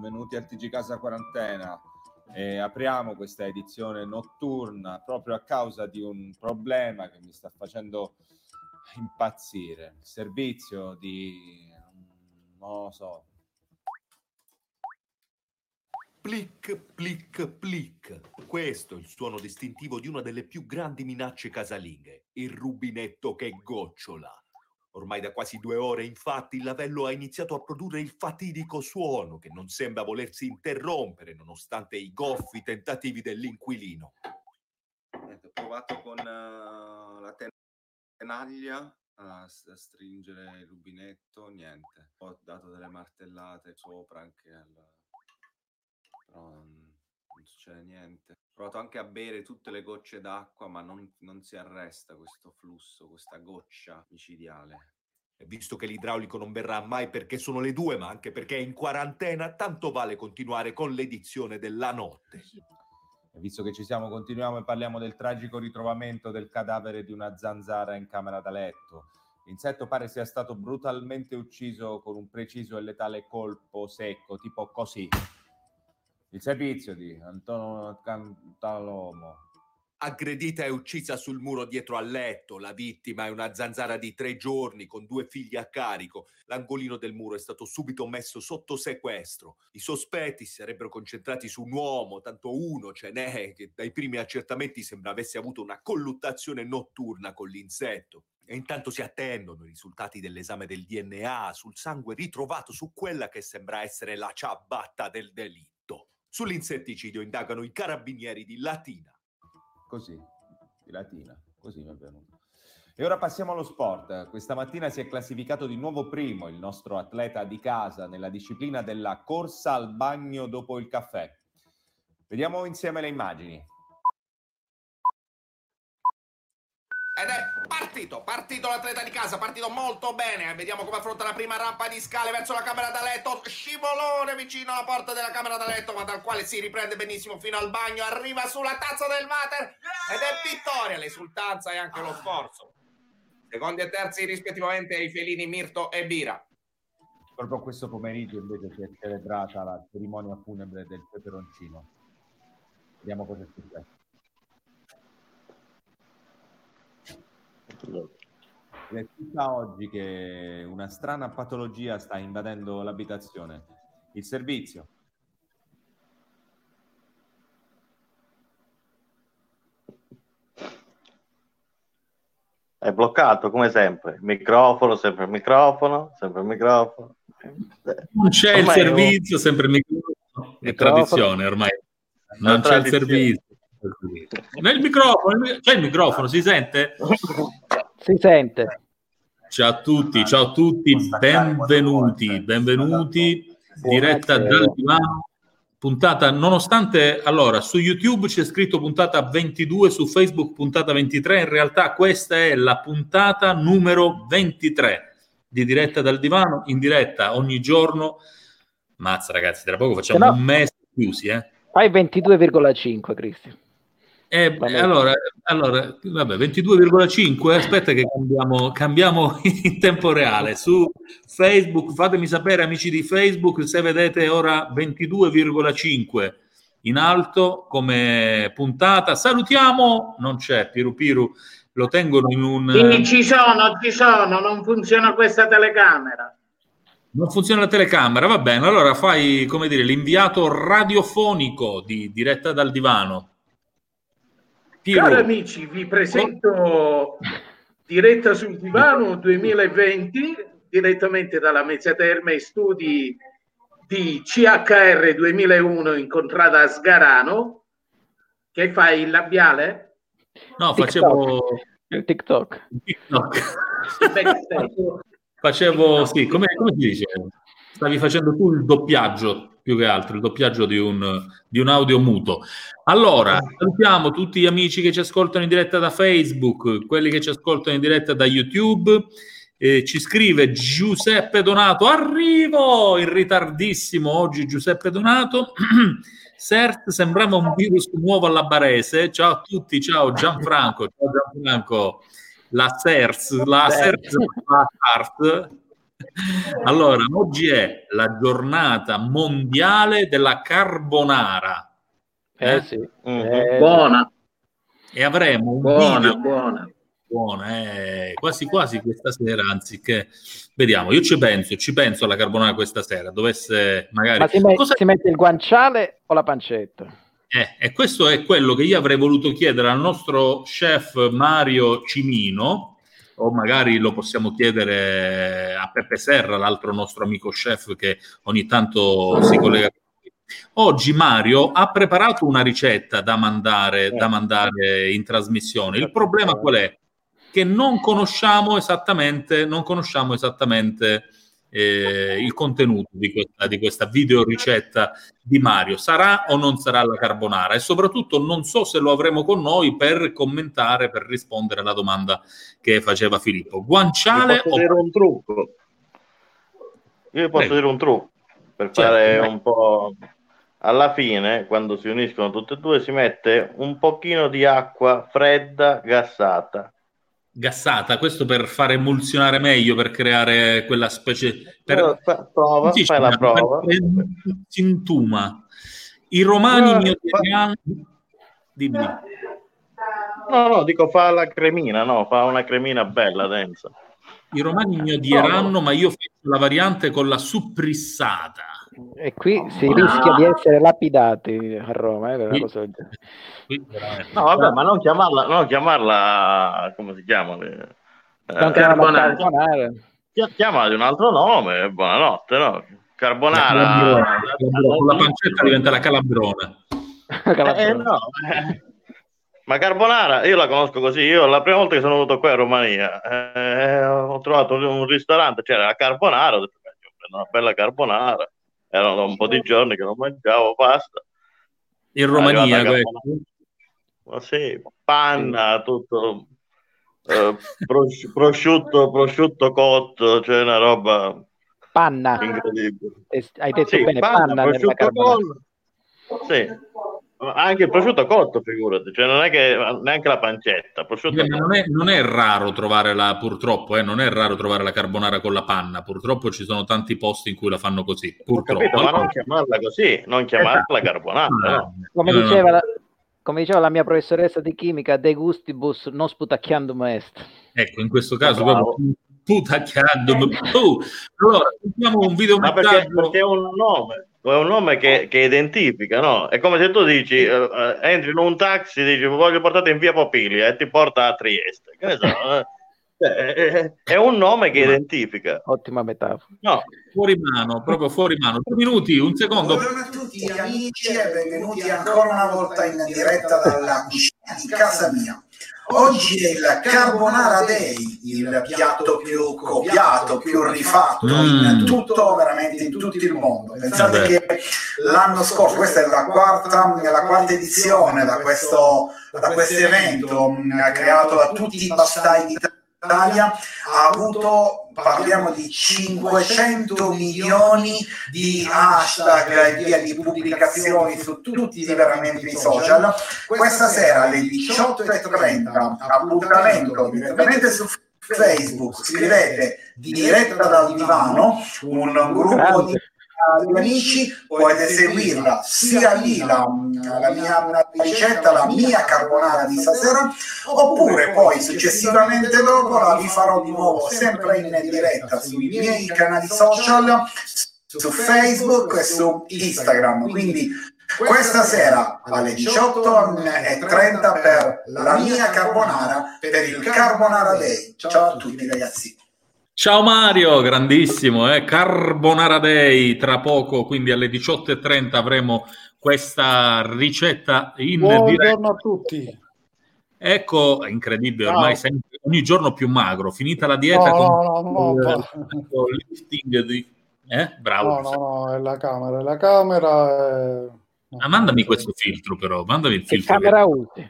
benvenuti al TG Casa Quarantena. Apriamo questa edizione notturna proprio a causa di un problema che mi sta facendo impazzire. Il servizio di... non lo so. Plic, plic, plic. Questo è il suono distintivo di una delle più grandi minacce casalinghe, il rubinetto che gocciola. Ormai da quasi 2 ore, infatti, il lavello ha iniziato a produrre il fatidico suono che non sembra volersi interrompere nonostante i goffi tentativi dell'inquilino. Ho provato con la tenaglia a stringere il rubinetto, niente. Ho dato delle martellate sopra anche però non succede niente. Ho provato anche a bere tutte le gocce d'acqua, ma non si arresta questo flusso, questa goccia micidiale. E visto che l'idraulico non verrà mai perché sono le 2, ma anche perché è in quarantena, tanto vale continuare con l'edizione della notte. E visto che ci siamo, continuiamo e parliamo del tragico ritrovamento del cadavere di una zanzara in camera da letto. L'insetto pare sia stato brutalmente ucciso con un preciso e letale colpo secco, tipo così. Il servizio di Antonio Cantalomo. Aggredita e uccisa sul muro dietro al letto. La vittima è una zanzara di 3 giorni con 2 figli a carico. L'angolino del muro è stato subito messo sotto sequestro. I sospetti si sarebbero concentrati su un uomo, tanto uno ce n'è, che dai primi accertamenti sembra avesse avuto una colluttazione notturna con l'insetto. E intanto si attendono i risultati dell'esame del DNA sul sangue ritrovato su quella che sembra essere la ciabatta del delitto. Sull'insetticidio indagano i carabinieri di Latina. Così, di Latina, così mi è venuto. E ora passiamo allo sport. Questa mattina si è classificato di nuovo primo il nostro atleta di casa nella disciplina della corsa al bagno dopo il caffè. Vediamo insieme le immagini. Ed è partito l'atleta di casa, partito molto bene. Vediamo come affronta la prima rampa di scale verso la camera da letto. Scivolone vicino alla porta della camera da letto, ma dal quale si riprende benissimo fino al bagno. Arriva sulla tazza del water ed è vittoria, l'esultanza e anche lo sforzo. Secondi e terzi rispettivamente ai felini Mirto e Bira. Proprio questo pomeriggio invece si è celebrata la cerimonia funebre del peperoncino. Vediamo cosa è successo. È tutta oggi che una strana patologia sta invadendo l'abitazione. Il servizio. È bloccato come sempre. Microfono, sempre il microfono, sempre il microfono. Non c'è ormai il servizio, sempre il microfono. È tradizione ormai. Non c'è il servizio. Nel microfono, c'è il microfono, si sente? Si sente. Ciao a tutti, benvenuti, diretta dal divano, puntata, nonostante, allora, su YouTube c'è scritto puntata 22, su Facebook puntata 23, in realtà questa è la puntata numero 23 di diretta dal divano, in diretta ogni giorno, mazza ragazzi, tra poco facciamo un mese chiusi, Fai 22,5 Cristian. Allora, vabbè, 22,5, aspetta che cambiamo in tempo reale. Su Facebook, fatemi sapere amici di Facebook se vedete ora 22,5 in alto come puntata. Salutiamo, non c'è Piru, lo tengono in un... Sì, ci sono, non funziona questa telecamera. Non funziona la telecamera, va bene, allora fai, come dire, l'inviato radiofonico di diretta dal divano. Cari amici, vi presento Diretta sul Divano 2020, direttamente dalla Mezzaterme Studi di CHR 2001 in contrada Sgarano. Che fai, il labiale? No, TikTok. Facevo, sì, come si dice? Stavi facendo tu il doppiaggio, più che altro, il doppiaggio di un audio muto. Allora, salutiamo tutti gli amici che ci ascoltano in diretta da Facebook, quelli che ci ascoltano in diretta da YouTube. Ci scrive Giuseppe Donato, arrivo in ritardissimo oggi Giuseppe Donato. CERT sembrava un virus nuovo alla barese. Ciao a tutti, ciao Gianfranco, la SERS, la SARS. Allora, oggi è la giornata mondiale della carbonara. Sì. Buona, E avremo un buona, video buona. buona, quasi quasi questa sera, anziché vediamo, io ci penso alla carbonara questa sera, dovesse magari Ma si mette il guanciale o la pancetta? E questo è quello che io avrei voluto chiedere al nostro chef Mario Cimino, o magari lo possiamo chiedere a Peppe Serra, l'altro nostro amico chef che ogni tanto si collega. Oggi Mario ha preparato una ricetta da mandare in trasmissione. Il problema qual è? Che non conosciamo esattamente il contenuto di questa video ricetta di Mario. Sarà o non sarà la carbonara? E soprattutto non so se lo avremo con noi per commentare, per rispondere alla domanda che faceva Filippo. Guanciale Io posso dire un trucco? Io posso dire un trucco per fare un po'... Alla fine, quando si uniscono tutte e due, si mette un pochino di acqua fredda gassata. Gassata, questo per far emulsionare meglio, per creare quella specie... Prova, fai la prova. Si intuma. I romani mi odieranno... Dimmi. No, dico fa la cremina, fa una cremina bella, densa. I romani mi odieranno, ma io faccio la variante con la supprissata. E qui si rischia di essere lapidati a Roma, per una cosa del genere. No, vabbè, ma non chiamarla come si chiama? Carbonara. Chiamala di un altro nome, buonanotte, no? Carbonara. Con la pancetta diventa la calabrona. No. Ma carbonara, io la conosco così. Io la prima volta che sono venuto qua in Romania ho trovato un ristorante, c'era la carbonara, ho detto una bella carbonara. Erano un po' di giorni che non mangiavo pasta. In Romania, sì, panna, tutto prosciutto cotto, cioè una roba panna incredibile. Hai detto bene, panna nella carbonara. Sì. Anche il prosciutto cotto, figurati, cioè non è che neanche la pancetta. Non è raro trovare purtroppo, non è raro trovare la carbonara con la panna. Purtroppo ci sono tanti posti in cui la fanno così. Purtroppo. Capito, ma non chiamarla così, non chiamarla carbonara. No. Come diceva la mia professoressa di chimica, de gustibus non sputacchiandum est. Ecco, in questo caso proprio sputacchiandum. Allora, sentiamo un video perché è un nome che identifica, no? È come se tu dici entri in un taxi, dici voglio portare in via Popilia e ti porta a Trieste, che ne so. È un nome che identifica. Ottima metafora. No, proprio fuori mano. 2 minuti, un secondo. Buongiorno a tutti amici e benvenuti ancora una volta in diretta dalla cucina di casa mia. Oggi è il Carbonara Day, il piatto più copiato, più rifatto in tutto, veramente in tutto il mondo. Pensate che l'anno scorso, questa è la quarta edizione da questo evento creato da tutti i bastai d'Italia, ha avuto, parliamo di 500 milioni di hashtag e via di pubblicazioni su tutti veramente i social. Questa sera alle 18:30 appuntamento direttamente su Facebook, scrivete diretta dal divano, un gruppo di amici, potete seguirla sia lì la mia ricetta, la mia carbonara di stasera, oppure poi successivamente dopo la vi farò di nuovo sempre in diretta sui miei canali social, su Facebook e su Instagram. Quindi questa sera alle 18:30 per la mia carbonara, per il Carbonara Day. Ciao a tutti ragazzi. Ciao Mario, grandissimo, Carbonara Day tra poco, quindi alle 18:30 avremo questa ricetta in diretta. Buongiorno a tutti. Ecco, incredibile, ormai sempre, ogni giorno più magro, finita la dieta No. lifting bravo. No, è la camera. Ma mandami questo filtro però, mandami il filtro. Camera ulti.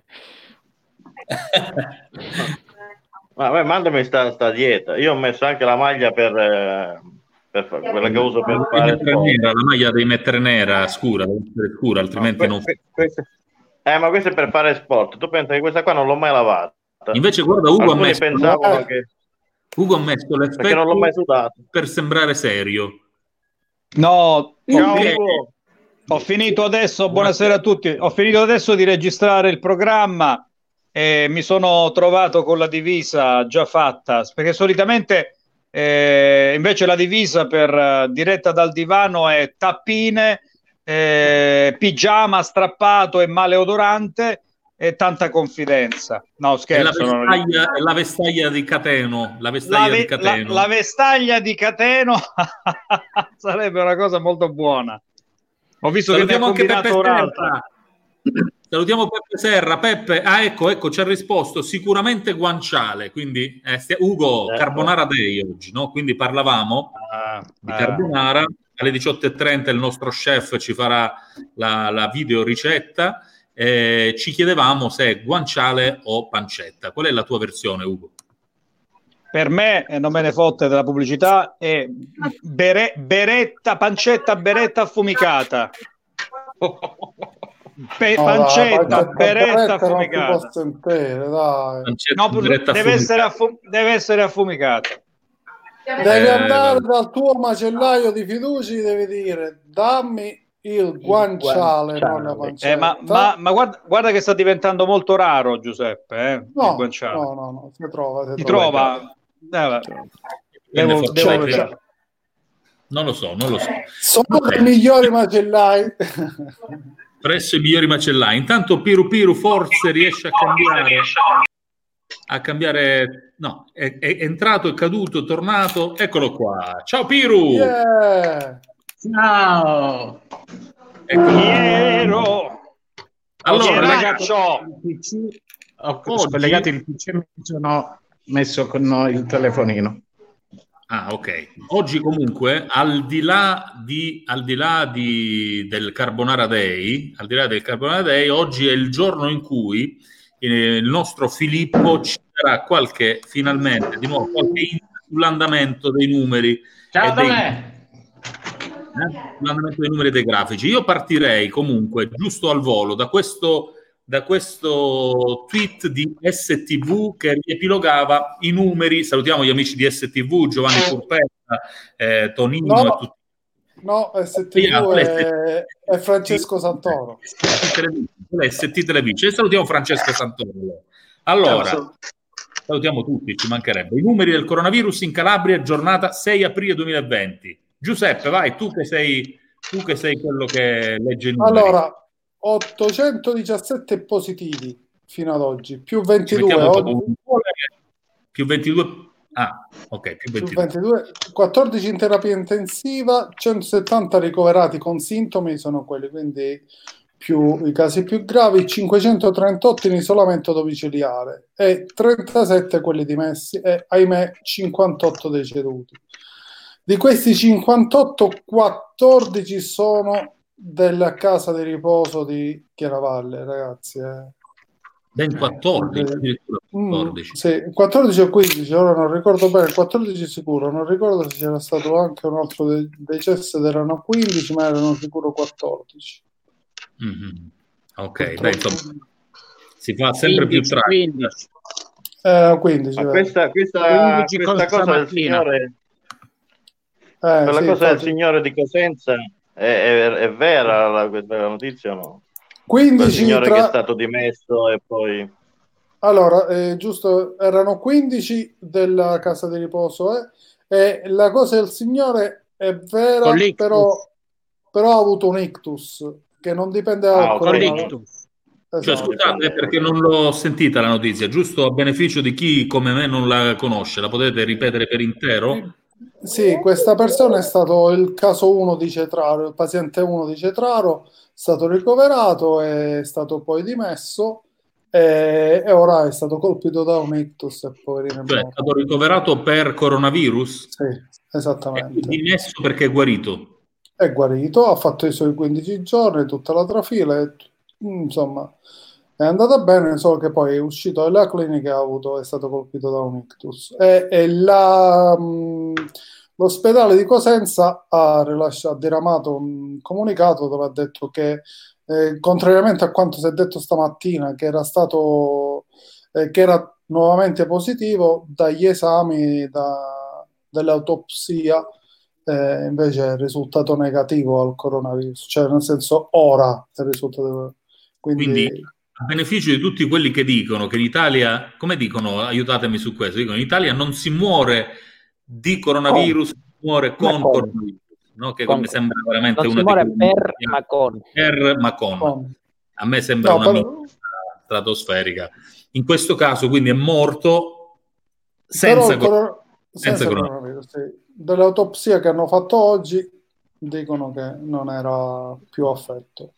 Ma mandami sta dieta. Io ho messo anche la maglia per quella che uso per fare nera, la maglia devi mettere nera, scura, altrimenti non. Ma questo è per fare sport. Tu pensi che questa qua non l'ho mai lavata? Invece guarda, Ugo alcuni pensavano che Ugo ha messo perché non l'ho mai sudato. per sembrare serio. No, Ciao, Ok. Ugo. ho finito adesso, buonasera a tutti, ho finito adesso di registrare il programma e mi sono trovato con la divisa già fatta, perché solitamente invece la divisa per diretta dal divano è tappine, pigiama strappato e maleodorante e tanta confidenza. No, scherzo. È la vestaglia di Cateno. La vestaglia di Cateno. La vestaglia di Cateno sarebbe una cosa molto buona. Ho visto che ne ha combinato un'altra. Salutiamo Peppe Serra. Peppe, ecco, ci ha risposto sicuramente guanciale. Quindi, Ugo, Carbonara Day oggi, no? Quindi parlavamo di carbonara. Alle 18:30 il nostro chef ci farà la video ricetta. Ci chiedevamo se è guanciale o pancetta. Qual è la tua versione, Ugo? Per me, non me ne fotte della pubblicità, è beretta, pancetta, beretta affumicata. Pancetta, beretta affumicata. Deve essere affumicata. Devi andare dal tuo macellaio di fiducia, devi dire dammi il guanciale, non la pancetta. Ma guarda che sta diventando molto raro, Giuseppe. No, il guanciale. no, si trova. Si trova. Non lo so. Sono i migliori macellai. Presso i migliori macellai. Intanto Piru forse riesce a cambiare. No, è entrato, è caduto, è tornato. Eccolo qua. Ciao Piru. Yeah. Ciao. Piero. Allora, ragazzi, ho collegato il PC e mi sono messo con il telefonino. Ah, ok. Oggi comunque, al di là del Carbonara Day, oggi è il giorno in cui il nostro Filippo ci darà finalmente di nuovo qualche info sull'andamento dei numeri. Ciao da me. L'andamento dei numeri dei grafici. Io partirei comunque giusto al volo da questo tweet di STV che riepilogava i numeri. Salutiamo gli amici di STV, Giovanni Purpetta, Tonino e tutti. No, STV è Francesco Santoro. ST Television. E salutiamo Francesco Santoro. Allora, salutiamo tutti, ci mancherebbe. I numeri del coronavirus in Calabria, giornata 6 aprile 2020. Giuseppe, vai, tu che sei quello che legge i numeri. Allora, 817 positivi fino ad oggi, più 22. Più 22. Ah, ok, più 22. 14 in terapia intensiva, 170 ricoverati con sintomi, sono quelli, quindi i casi più gravi, 538 in isolamento domiciliare e 37 quelli dimessi e, ahimè, 58 deceduti. Di questi 58, 14 sono della casa di riposo di Chiaravalle, ragazzi. Ben 14. 14. Sì, 14 o 15, ora non ricordo bene, 14 sicuro, non ricordo se c'era stato anche un altro decesso ed erano 15, ma erano sicuro 14. Mm-hmm. Ok, beh, insomma, si fa sempre 15, più tragico. 15. Questa cosa del signore... la cosa del signore di Cosenza è vera questa notizia o no? 15 il signore che è stato dimesso e poi... Allora, giusto, erano 15 della casa di riposo e la cosa del signore è vera, però ha avuto un ictus che non dipende dal coronavirus. Cioè, scusate perché non l'ho sentita la notizia, giusto a beneficio di chi come me non la conosce, la potete ripetere per intero? Sì, questa persona è stato il caso 1 di Cetraro, il paziente 1 di Cetraro, è stato ricoverato, è stato poi dimesso e ora è stato colpito da un ictus. Cioè è stato ricoverato per coronavirus? Sì, esattamente. E dimesso perché è guarito? È guarito, ha fatto i suoi 15 giorni, tutta la trafila, insomma è andata bene, solo che poi è uscito dalla clinica e è stato colpito da un ictus. L'ospedale di Cosenza ha diramato un comunicato dove ha detto che contrariamente a quanto si è detto stamattina, che era nuovamente positivo, dagli esami dell'autopsia invece è risultato negativo al coronavirus, cioè nel senso ora è risultato. Quindi a beneficio di tutti quelli che dicono che in Italia, come dicono, aiutatemi su questo, dicono in Italia non si muore di coronavirus, si muore con coronavirus, no? Che mi sembra veramente una ma con. A me sembra una minchia stratosferica. In questo caso quindi è morto senza coronavirus. Sì. Dell'autopsia che hanno fatto oggi dicono che non era più affetto.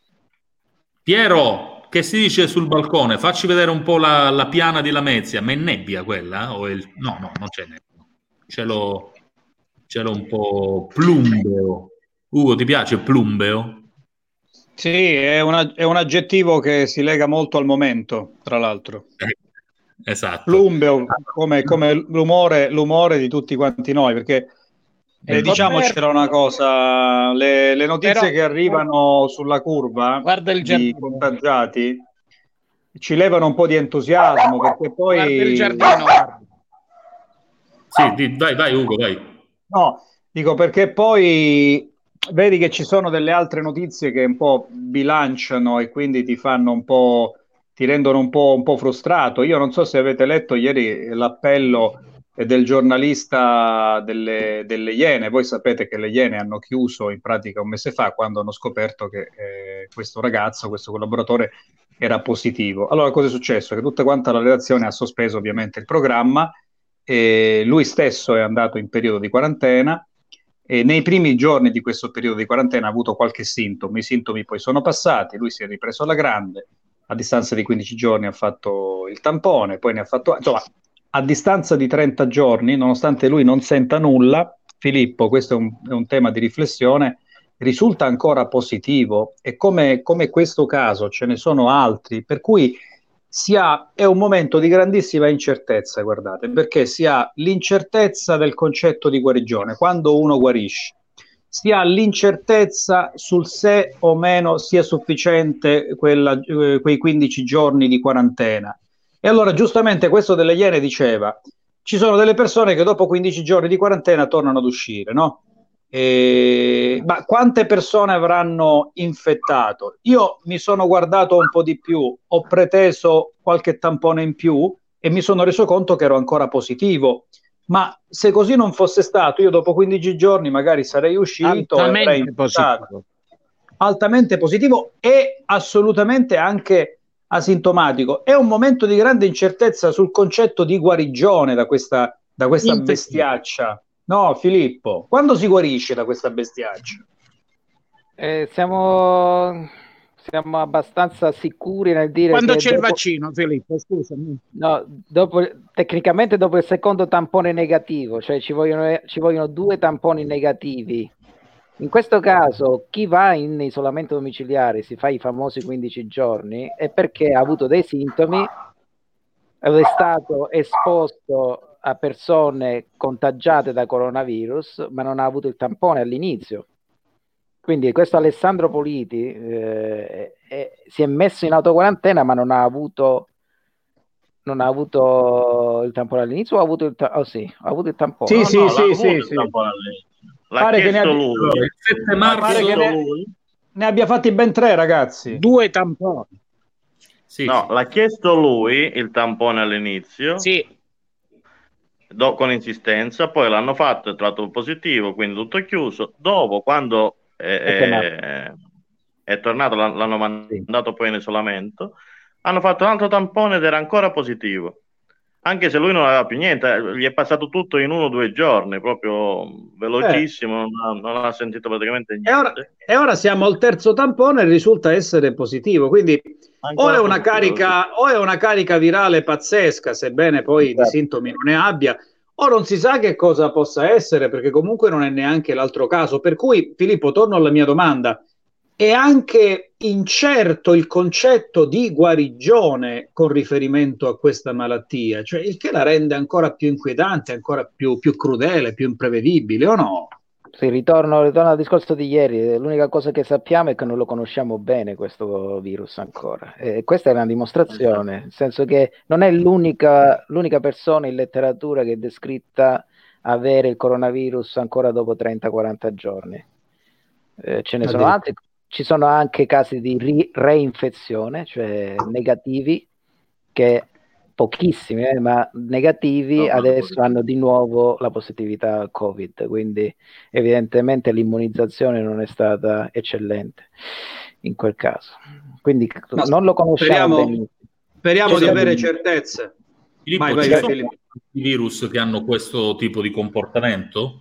Piero, che si dice sul balcone? Facci vedere un po' la piana di Lamezia, ma è nebbia quella? No, non c'è nebbia. Cielo un po' plumbeo. Ugo, ti piace plumbeo? Sì, è un aggettivo che si lega molto al momento, tra l'altro. Esatto. Plumbeo, come l'umore di tutti quanti noi, perché diciamocela una cosa, le notizie che arrivano sulla curva di contagiati ci levano un po' di entusiasmo, perché poi... Guarda il giardino. Sì, vai Ugo, vai. No, dico perché poi vedi che ci sono delle altre notizie che un po' bilanciano e quindi ti fanno un po', ti rendono un po' frustrato. Io non so se avete letto ieri l'appello del giornalista delle Iene. Voi sapete che le Iene hanno chiuso in pratica un mese fa, quando hanno scoperto che questo ragazzo, questo collaboratore, era positivo. Allora cosa è successo? Che tutta quanta la redazione ha sospeso ovviamente il programma, e lui stesso è andato in periodo di quarantena, e nei primi giorni di questo periodo di quarantena ha avuto qualche sintomo. I sintomi poi sono passati, lui si è ripreso alla grande, a distanza di 15 giorni ha fatto il tampone, poi ne ha fatto... Insomma, a distanza di 30 giorni, nonostante lui non senta nulla, Filippo, questo è un tema di riflessione, risulta ancora positivo, e come questo caso ce ne sono altri, per cui è un momento di grandissima incertezza, guardate, perché si ha l'incertezza del concetto di guarigione, quando uno guarisce, si ha l'incertezza sul se o meno sia sufficiente quei 15 giorni di quarantena. E allora giustamente questo delle Iene diceva, ci sono delle persone che dopo 15 giorni di quarantena tornano ad uscire, no? Ma quante persone avranno infettato? Io mi sono guardato un po' di più, ho preteso qualche tampone in più e mi sono reso conto che ero ancora positivo. Ma se così non fosse stato, io dopo 15 giorni magari sarei uscito altamente positivo e assolutamente anche asintomatico. È un momento di grande incertezza sul concetto di guarigione da questa bestiaccia. No, Filippo, quando si guarisce da questa bestiaccia? Siamo abbastanza sicuri nel dire quando che c'è il vaccino, Filippo, scusami. No, tecnicamente dopo il secondo tampone negativo, cioè ci vogliono 2 tamponi negativi. In questo caso chi va in isolamento domiciliare, si fa i famosi 15 giorni, è perché ha avuto dei sintomi ed è stato esposto a persone contagiate da coronavirus, ma non ha avuto il tampone all'inizio. Quindi questo Alessandro Politi si è messo in autoquarantena, ma non ha avuto il tampone all'inizio, o ha avuto il tampone? Ha avuto il tampone. Sì. L'ha chiesto lui. Il 7 marzo ne abbia fatti ben 3, ragazzi. 2 tamponi. Sì. No, l'ha chiesto lui il tampone all'inizio. Sì. Con insistenza, poi l'hanno fatto, è trovato positivo, quindi tutto è chiuso. Dopo, quando è tornato, l'hanno mandato poi in isolamento, hanno fatto un altro tampone ed era ancora positivo, anche se lui non aveva più niente, gli è passato tutto in 1 o 2 giorni, proprio velocissimo, non ha sentito praticamente niente. E ora siamo al 3° tampone e risulta essere positivo, quindi o è una carica virale pazzesca, sebbene poi di sintomi non ne abbia, o non si sa che cosa possa essere, perché comunque non è neanche l'altro caso. Per cui, Filippo, torno alla mia domanda, è anche incerto il concetto di guarigione con riferimento a questa malattia, cioè il che la rende ancora più inquietante, ancora più crudele, più imprevedibile, o no? Sì, ritorno al discorso di ieri. L'unica cosa che sappiamo è che non lo conosciamo bene questo virus ancora. E questa è una dimostrazione, nel senso che non è l'unica persona in letteratura che è descritta avere il coronavirus ancora dopo 30-40 giorni. Ce ne sono altri. Ci sono anche casi di reinfezione, cioè negativi, che pochissimi, ma negativi adesso hanno di nuovo la positività al Covid, quindi evidentemente l'immunizzazione non è stata eccellente in quel caso. Quindi non lo conosciamo benissimo. Speriamo di avere certezze. Filippo, Vai, ci sono Filippo. i virus che hanno questo tipo di comportamento?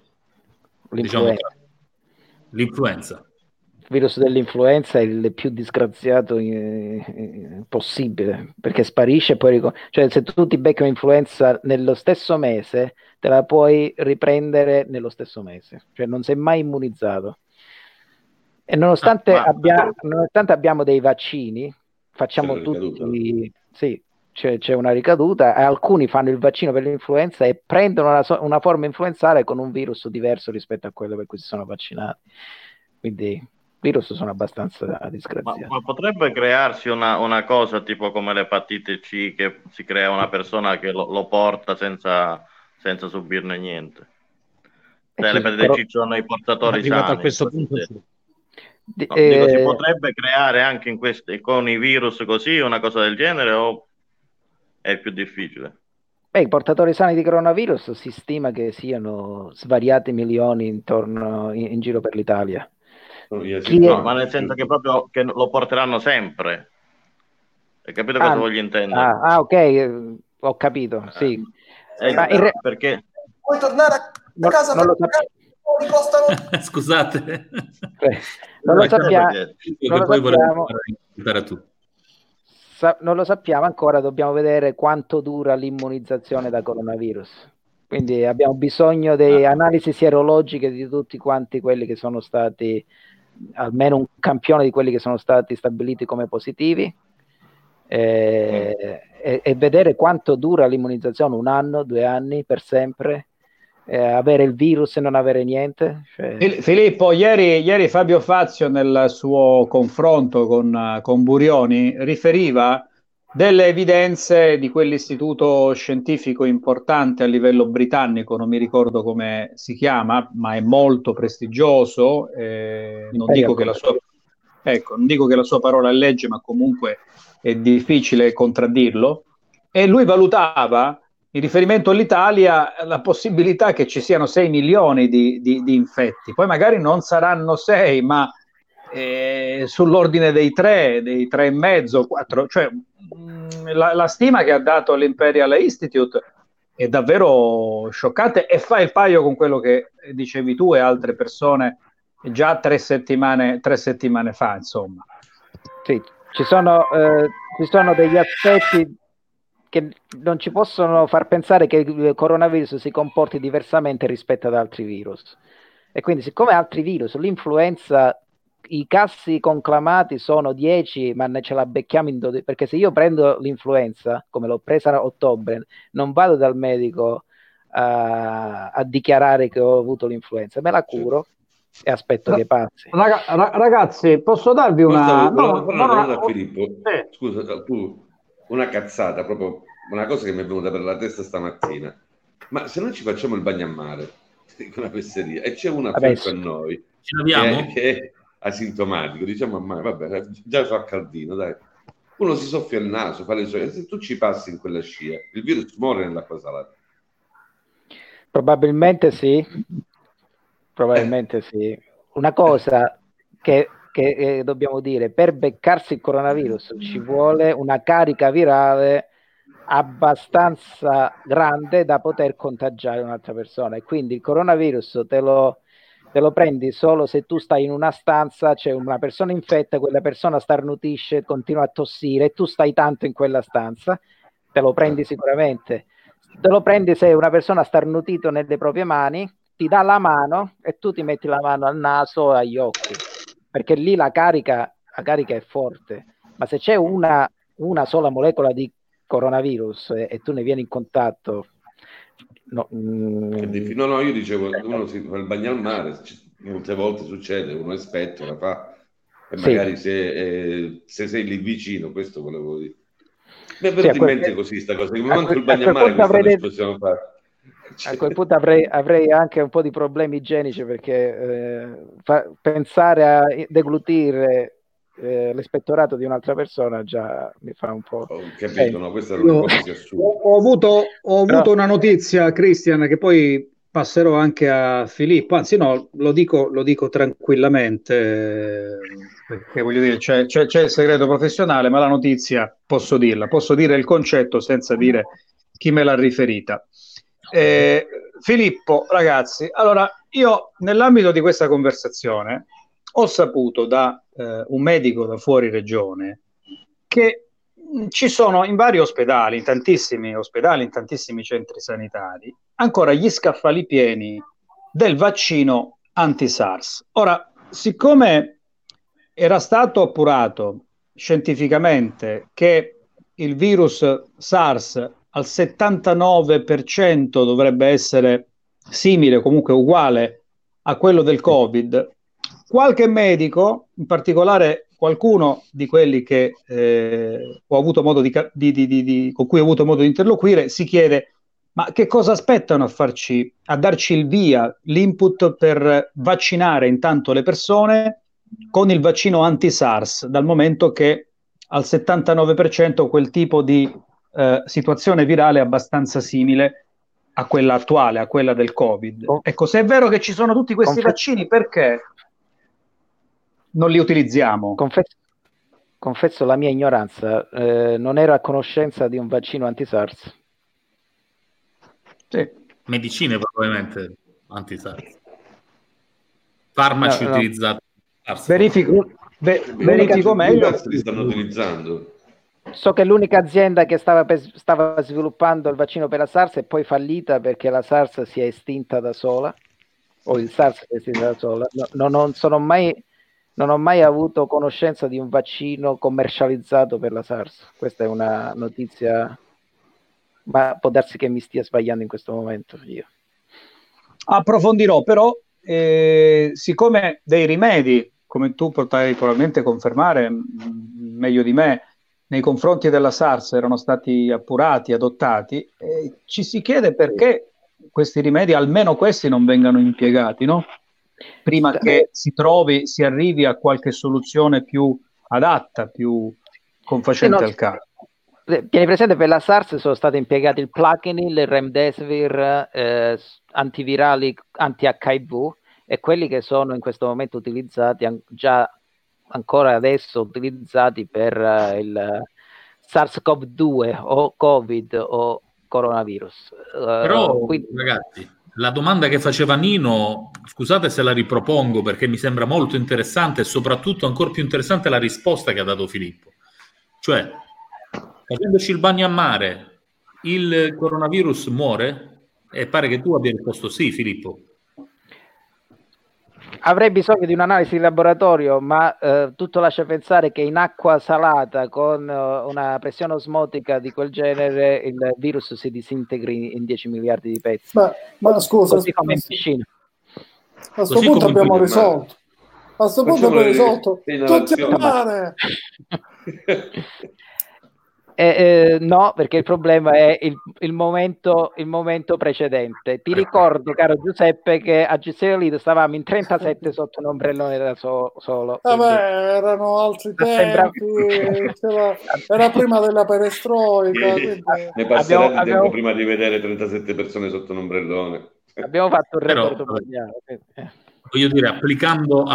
L'influenza. Il virus dell'influenza è il più disgraziato possibile, perché sparisce e poi cioè se tu ti becchi un'influenza nello stesso mese te la puoi riprendere nello stesso mese, cioè non sei mai immunizzato. E nonostante abbiamo dei vaccini, facciamo tutti, sì, c'è una ricaduta, e alcuni fanno il vaccino per l'influenza e prendono una forma influenzale con un virus diverso rispetto a quello per cui si sono vaccinati. Quindi virus sono abbastanza disgraziati. Ma potrebbe crearsi una cosa tipo come l'epatite C, che si crea una persona che lo porta senza subirne niente. L'epatite C sono i portatori sani. A questo punto dico, si potrebbe creare anche con i virus così una cosa del genere, o è più difficile? I portatori sani di coronavirus si stima che siano svariati milioni in giro per l'Italia. Ma nel senso che proprio che lo porteranno sempre. Hai capito cosa voglio intendere? Ok, ho capito, sì. Perché puoi tornare a casa non lo Scusate. Non lo sappiamo. Non lo sappiamo ancora, dobbiamo vedere quanto dura l'immunizzazione da coronavirus. Quindi abbiamo bisogno di analisi sierologiche di tutti quanti quelli che sono stati, almeno un campione di quelli che sono stati stabiliti come positivi, e vedere quanto dura l'immunizzazione, 1 anno, 2 anni, per sempre, avere il virus e non avere niente. Filippo, ieri Fabio Fazio nel suo confronto con Burioni riferiva delle evidenze di quell'istituto scientifico importante a livello britannico, non mi ricordo come si chiama, ma è molto prestigioso. Non dico che la sua parola è legge, ma comunque è difficile contraddirlo. E lui valutava, in riferimento all'Italia, la possibilità che ci siano 6 milioni di infetti. Poi magari non saranno 6, ma sull'ordine dei 3, dei 3,5, 4, cioè la stima che ha dato l'Imperial Institute è davvero scioccante e fa il paio con quello che dicevi tu e altre persone già 3 settimane fa, insomma. Sì, ci sono degli aspetti che non ci possono far pensare che il coronavirus si comporti diversamente rispetto ad altri virus. E quindi, siccome altri virus, l'influenza, i casi conclamati sono 10, ma ce la becchiamo in 12, perché se io prendo l'influenza, come l'ho presa a ottobre, non vado dal medico a dichiarare che ho avuto l'influenza, me la curo e aspetto che passi. Ragazzi, posso darvi una... Filippo, scusa, tu, una cazzata, proprio una cosa che mi è venuta per la testa stamattina. Ma se noi ci facciamo il bagno a mare, una fesseria, e c'è una fianco a noi che è asintomatico, diciamo, ma vabbè, già fa caldino, dai. Uno si soffia il naso, fa le sue, e se tu ci passi in quella scia, il virus muore nell'acqua salata. Probabilmente sì. Sì. Una cosa che dobbiamo dire, per beccarsi il coronavirus ci vuole una carica virale abbastanza grande da poter contagiare un'altra persona, e quindi il coronavirus te lo prendi solo se tu stai in una stanza, c'è una persona infetta, quella persona starnutisce, continua a tossire e tu stai tanto in quella stanza, te lo prendi sicuramente. Te lo prendi se una persona ha starnutito nelle proprie mani, ti dà la mano e tu ti metti la mano al naso e agli occhi, perché lì la carica è forte. Ma se c'è una sola molecola di coronavirus e tu ne vieni in contatto, No, no, io dicevo, uno si fa il bagno al mare, molte volte succede, uno è esperto, la fa, e magari se sei lì vicino, questo volevo dire. Mi è venuto in mente così sta cosa, che mi manco il bagno al mare quest'anno possiamo fare. A quel punto avrei anche un po' di problemi igienici, perché pensare a deglutire l'espettorato di un'altra persona già mi fa un po'... Ho capito, no, questa è una ipotesi assurda. Ho avuto una notizia, Christian, che poi passerò anche a Filippo, anzi no, lo dico tranquillamente, perché voglio dire, c'è il segreto professionale, ma la notizia posso dirla, posso dire il concetto senza dire chi me l'ha riferita. Filippo, ragazzi, allora io nell'ambito di questa conversazione ho saputo da un medico da fuori regione che ci sono in vari ospedali, in tantissimi centri sanitari, ancora gli scaffali pieni del vaccino anti-SARS. Ora, siccome era stato appurato scientificamente che il virus SARS al 79% dovrebbe essere simile, comunque uguale a quello del Covid, qualche medico, in particolare qualcuno di quelli che ho avuto modo con cui ho avuto modo di interloquire, si chiede: ma che cosa aspettano a darci il via, l'input per vaccinare intanto le persone con il vaccino anti-SARS, dal momento che al 79% quel tipo di situazione virale è abbastanza simile a quella attuale, a quella del Covid. Ecco, se è vero che ci sono tutti questi vaccini, perché non li utilizziamo? Confesso la mia ignoranza, non ero a conoscenza di un vaccino anti-SARS. Sì. Medicine probabilmente anti-SARS. Farmaci utilizzati. Verifico meglio. Li stanno utilizzando. So che l'unica azienda che stava sviluppando il vaccino per la SARS è poi fallita, perché la SARS si è estinta da sola, o il SARS si è estinto da sola. Non ho mai avuto conoscenza di un vaccino commercializzato per la SARS. Questa è una notizia, ma può darsi che mi stia sbagliando in questo momento io. Approfondirò, però siccome dei rimedi, come tu potrai probabilmente confermare meglio di me, nei confronti della SARS erano stati appurati, adottati, ci si chiede perché questi rimedi, almeno questi, non vengano impiegati, no? Prima che si arrivi a qualche soluzione più adatta, più confacente al caso. Tieni presente, per la SARS sono stati impiegati il Plaquenil, il Remdesivir, antivirali anti-HIV, e quelli che sono in questo momento utilizzati, già ancora adesso utilizzati per il SARS-CoV-2 o Covid o coronavirus. Però, ragazzi, la domanda che faceva Nino, scusate se la ripropongo perché mi sembra molto interessante, e soprattutto ancora più interessante la risposta che ha dato Filippo. Cioè, facendoci il bagno a mare, il coronavirus muore? E pare che tu abbia risposto sì, Filippo. Avrei bisogno di un'analisi di laboratorio, ma tutto lascia pensare che in acqua salata con una pressione osmotica di quel genere il virus si disintegri in 10 miliardi di pezzi. Ma scusa, così come in piscina. A questo punto abbiamo risolto. A questo punto abbiamo risolto. Tutti a mare! No, perché il problema è il momento precedente. Ti ricordo, caro Giuseppe, che a Giuseppe stavamo in 37 sotto un ombrellone da solo. Erano altri tempi, era prima della perestroica. Ne passerà di tempo prima di vedere 37 persone sotto un ombrellone. Abbiamo fatto un record mondiale. Voglio dire, applicando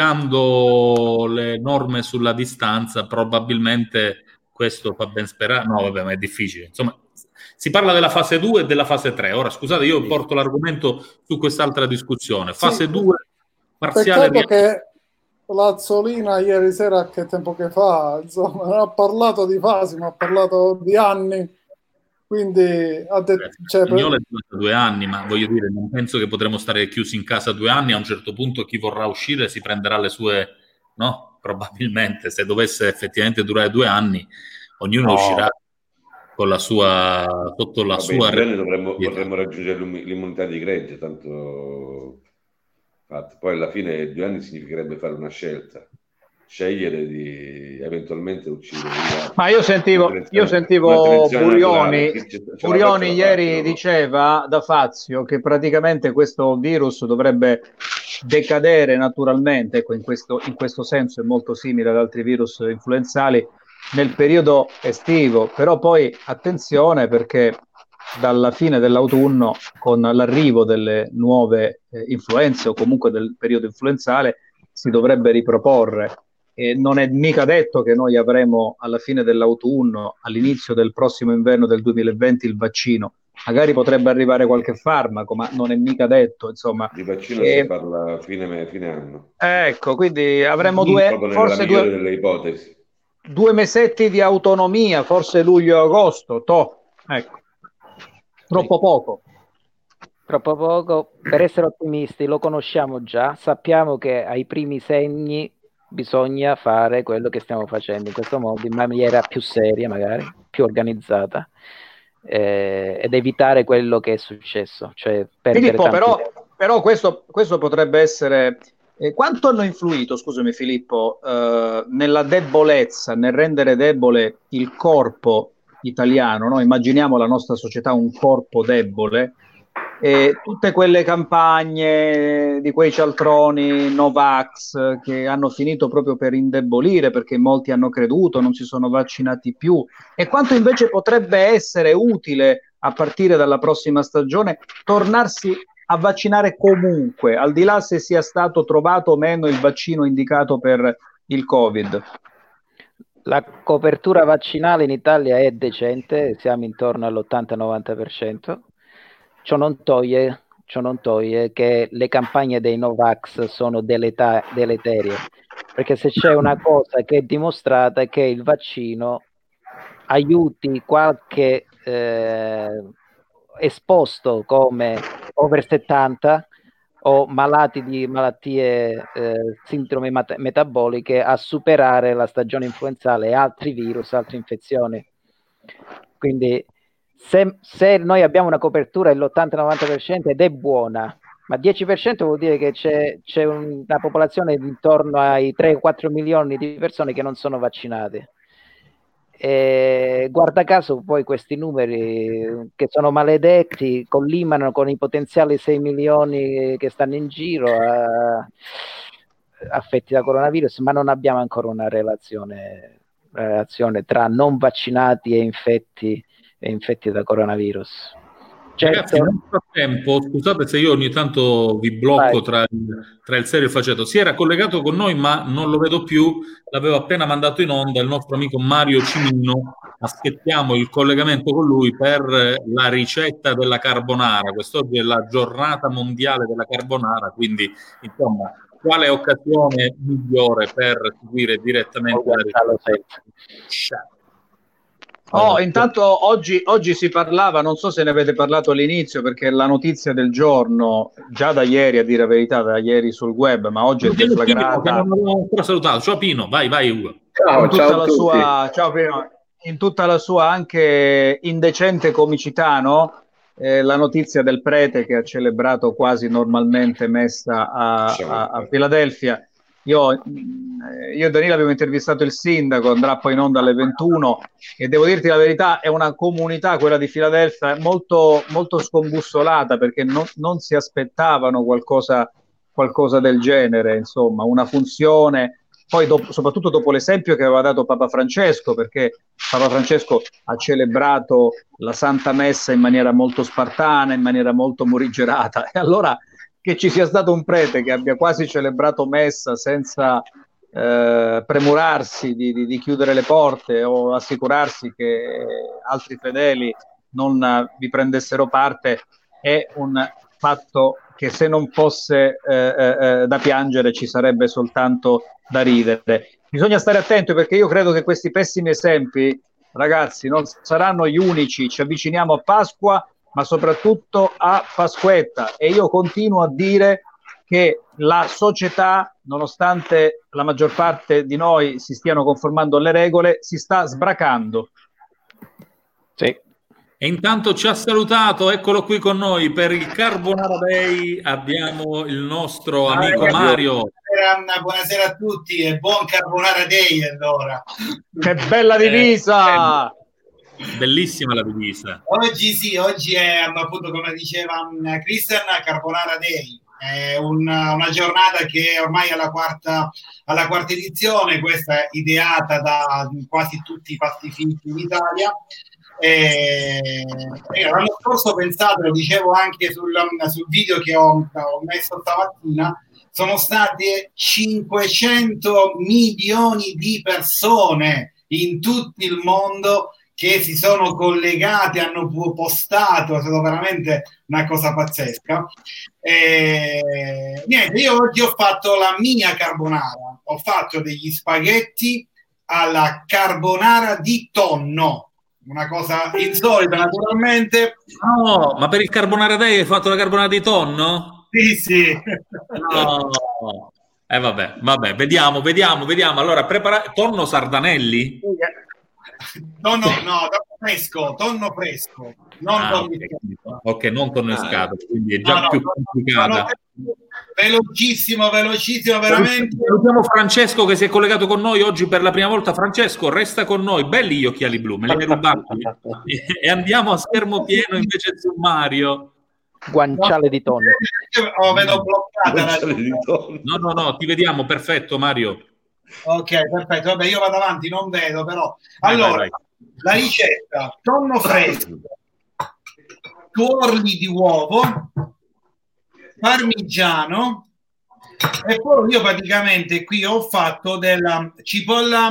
le norme sulla distanza, probabilmente questo fa ben sperare. No, vabbè, ma è difficile. Insomma, si parla della fase 2 e della fase 3. Ora, scusate, io porto l'argomento su quest'altra discussione. Fase 2, parziale... Peccato che Lazzolina ieri sera, che tempo che fa, insomma, non ha parlato di fasi, ma ha parlato di anni. Quindi ha detto... Spagnolo è 2 anni, ma voglio dire, non penso che potremo stare chiusi in casa 2 anni. A un certo punto chi vorrà uscire si prenderà le sue... No? Probabilmente, se dovesse effettivamente durare 2 anni, ognuno uscirà. con la sua sotto la sua. In 2 anni potremmo raggiungere l'immunità di gregge, tanto fatto. Poi alla fine 2 anni significherebbe fare una scelta, scegliere di eventualmente uccidere. Ma io sentivo Burioni ieri diceva da Fazio che praticamente questo virus dovrebbe decadere naturalmente, ecco, in questo senso è molto simile ad altri virus influenzali nel periodo estivo, però poi attenzione, perché dalla fine dell'autunno, con l'arrivo delle nuove influenze o comunque del periodo influenzale, si dovrebbe riproporre. E non è mica detto che noi avremo alla fine dell'autunno, all'inizio del prossimo inverno del 2020, il vaccino. Magari potrebbe arrivare qualche farmaco, ma non è mica detto, insomma. Di vaccino si parla fine anno. Ecco, quindi avremo forse delle ipotesi. 2 mesetti di autonomia, forse luglio e agosto, ecco. Troppo poco. Troppo poco. Per essere ottimisti, lo conosciamo già, sappiamo che ai primi segni bisogna fare quello che stiamo facendo in questo modo, in maniera più seria, magari più organizzata, ed evitare quello che è successo, cioè perdere Filippo, però questo potrebbe essere... quanto hanno influito, scusami Filippo, nella debolezza, nel rendere debole il corpo italiano, no? Immaginiamo la nostra società un corpo debole, e tutte quelle campagne di quei cialtroni Novax che hanno finito proprio per indebolire, perché molti hanno creduto, non si sono vaccinati più, e quanto invece potrebbe essere utile a partire dalla prossima stagione tornarsi a vaccinare comunque, al di là se sia stato trovato o meno il vaccino indicato per il Covid. La copertura vaccinale in Italia è decente, siamo intorno all'80-90%. Ciò non toglie che le campagne dei Novax sono deleterie, perché se c'è una cosa che è dimostrata è che il vaccino aiuti qualche esposto come over 70 o malati di malattie, sindromi metaboliche, a superare la stagione influenzale e altri virus, altre infezioni. Quindi se noi abbiamo una copertura dell'80-90% ed è buona, ma 10% vuol dire che c'è una popolazione intorno ai 3-4 milioni di persone che non sono vaccinate. E guarda caso poi questi numeri che sono maledetti collimano con i potenziali 6 milioni che stanno in giro affetti da coronavirus, ma non abbiamo ancora una relazione tra non vaccinati e infetti da coronavirus. Ragazzi, nel frattempo, scusate se io ogni tanto vi blocco tra il serio e il faceto. Si era collegato con noi, ma non lo vedo più. L'avevo appena mandato in onda il nostro amico Mario Cimino. Aspettiamo il collegamento con lui per la ricetta della carbonara. Quest'oggi è la giornata mondiale della carbonara, quindi insomma, quale occasione migliore per seguire direttamente la ricetta? Intanto oggi si parlava, non so se ne avete parlato all'inizio, perché la notizia del giorno, già da ieri, a dire la verità, da ieri sul web, ma oggi è deflagrata. Non l'ho ancora salutato. Ciao Pino, vai Ugo. Ciao Pino. In tutta la sua anche indecente comicità, no? La notizia del prete che ha celebrato quasi normalmente messa a Filadelfia. Io e Danilo abbiamo intervistato il sindaco, andrà poi in onda alle 21, e devo dirti la verità, è una comunità, quella di Filadelfia, molto, molto scombussolata, perché non si aspettavano qualcosa del genere, insomma, una funzione. Poi soprattutto dopo l'esempio che aveva dato Papa Francesco, perché Papa Francesco ha celebrato la Santa Messa in maniera molto spartana, in maniera molto morigerata, e allora che ci sia stato un prete che abbia quasi celebrato messa senza premurarsi di chiudere le porte o assicurarsi che altri fedeli non vi prendessero parte, è un fatto che, se non fosse da piangere, ci sarebbe soltanto da ridere. Bisogna stare attenti, perché io credo che questi pessimi esempi, ragazzi, non saranno gli unici. Ci avviciniamo a Pasqua, ma soprattutto a Pasquetta, e io continuo a dire che la società, nonostante la maggior parte di noi si stiano conformando alle regole, si sta sbracando. Sì. E intanto ci ha salutato, eccolo qui con noi per il Carbonara Day. Abbiamo il nostro amico Mario. Buonasera a tutti e buon Carbonara Day allora. Che bella divisa! Bellissima la divisa. Oggi è appunto, come diceva Christian, Carbonara Day. È una giornata che ormai è alla quarta edizione, questa è ideata da quasi tutti i pastifici in Italia. L'anno scorso ho pensato, lo dicevo anche sul video che ho messo stamattina, sono state 500 milioni di persone in tutto il mondo che si sono collegate, hanno postato, è stato veramente una cosa pazzesca. Niente, io oggi ho fatto la mia carbonara, ho fatto degli spaghetti alla carbonara di tonno, una cosa insolita naturalmente. No, ma per il Carbonara Day hai fatto la carbonara di tonno? Sì. No. Vabbè, vediamo. Allora, tonno Sardanelli? Tonno fresco. Non tonno in ok, non tonno in scatola, quindi è già più complicata. Velocissimo, veramente. Salutiamo Francesco che si è collegato con noi oggi per la prima volta. Francesco, resta con noi. Belli gli occhiali blu, me li hai rubati. E andiamo a schermo pieno invece su Mario. Guanciale di tonno. Vedo bloccata. No, ti vediamo, perfetto Mario. Ok, perfetto. Vabbè, io vado avanti, non vedo però. Allora, vai. La ricetta: tonno fresco, tuorli di uovo, parmigiano, e poi io praticamente qui ho fatto della cipolla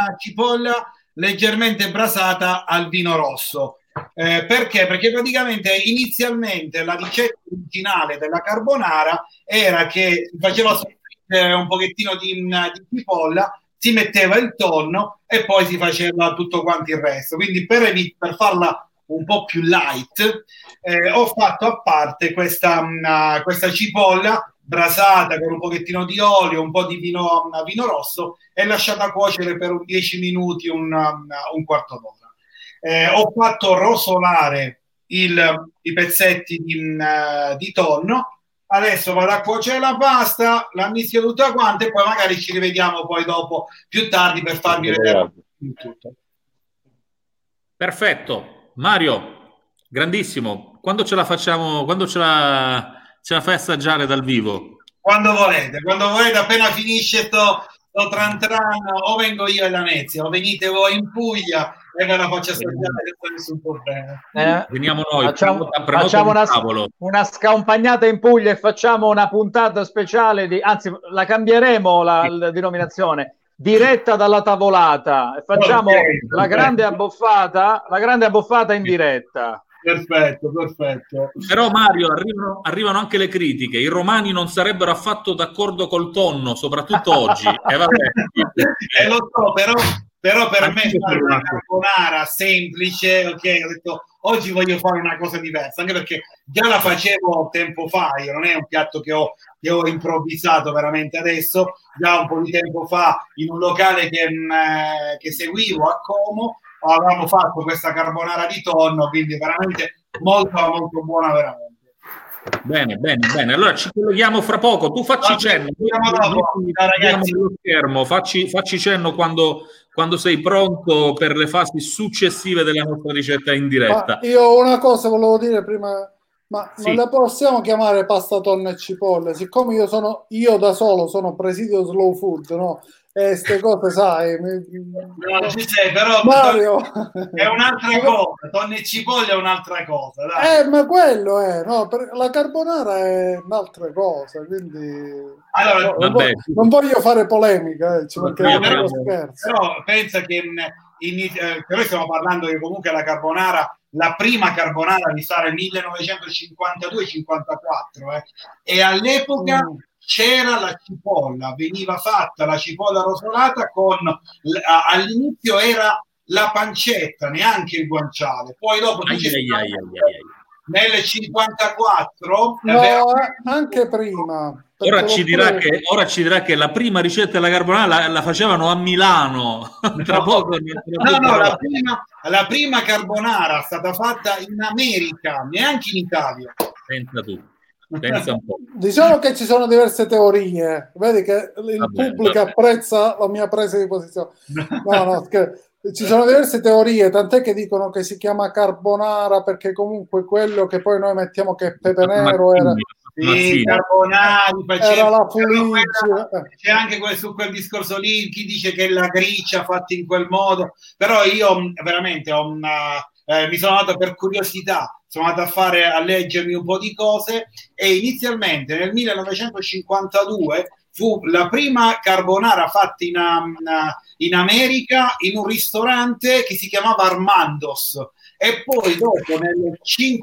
leggermente brasata al vino rosso. Perché? Perché praticamente inizialmente la ricetta originale della carbonara era che si faceva un pochettino di cipolla, si metteva il tonno e poi si faceva tutto quanto il resto. Quindi per farla un po' più light ho fatto a parte questa cipolla brasata con un pochettino di olio, un po' di vino rosso e lasciata cuocere per 10 minuti, un quarto d'ora. Ho fatto rosolare i pezzetti di tonno. Adesso vado a cuocere la pasta, la mischio tutta quanta e poi magari ci rivediamo poi dopo, più tardi, per farvi vedere tutto. Perfetto. Mario, grandissimo. Quando ce la facciamo? Quando ce la fai assaggiare dal vivo? Quando volete, appena finisce sto tran o vengo io e la Nezia o venite voi in Puglia e ve la faccio assaggiare senza nessun problema. Veniamo noi, facciamo una scampagnata in Puglia e facciamo una puntata speciale anzi la cambieremo la denominazione, diretta dalla tavolata, e facciamo la grande abboffata in diretta. Perfetto. Però Mario, arrivano anche le critiche. I romani non sarebbero affatto d'accordo col tonno, soprattutto oggi. Vabbè. Lo so, però per me fare una carbonara semplice, ok, ho detto oggi voglio fare una cosa diversa, anche perché già la facevo tempo fa, io non è un piatto che ho improvvisato veramente adesso, già un po' di tempo fa in un locale che seguivo a Como avevamo fatto questa carbonara di tonno, quindi veramente molto molto buona veramente. Bene. Allora ci colleghiamo fra poco. Tu facci cenno. Nello schermo. Facci cenno quando sei pronto per le fasi successive della nostra ricetta in diretta. Ma io una cosa volevo dire prima. Ma non la possiamo chiamare pasta tonno e cipolle? Siccome io da solo sono presidio slow food, no? E queste cose, sai, no, ci sei, però Mario è un'altra cosa, tonno e cipolle è un'altra cosa, dai. Ma quello è, no, la carbonara è un'altra cosa, quindi allora, non voglio fare polemica, però pensa che noi stiamo parlando che comunque la carbonara, la prima carbonara risale nel 1952-54 e all'epoca c'era la cipolla, veniva fatta la cipolla rosolata con all'inizio era la pancetta, neanche il guanciale, poi dopo nel 54. No, anche prima. Ora ci dirà che la prima ricetta della carbonara la facevano a Milano. Tra poco la prima carbonara è stata fatta in America, neanche in Italia. Pensa un po'. Diciamo che ci sono diverse teorie. Vedi che il pubblico apprezza la mia presa di posizione. Ci sono diverse teorie, tant'è che dicono che si chiama carbonara perché comunque quello che poi noi mettiamo che è pepe nero era... Sì, carbonari, era la fuligge. C'è anche su quel discorso lì chi dice che è la griccia fatta in quel modo, però io veramente mi sono andato per curiosità, sono andato a leggermi un po' di cose e inizialmente nel 1952 fu la prima carbonara fatta in America in un ristorante che si chiamava Armando's. E poi dopo nel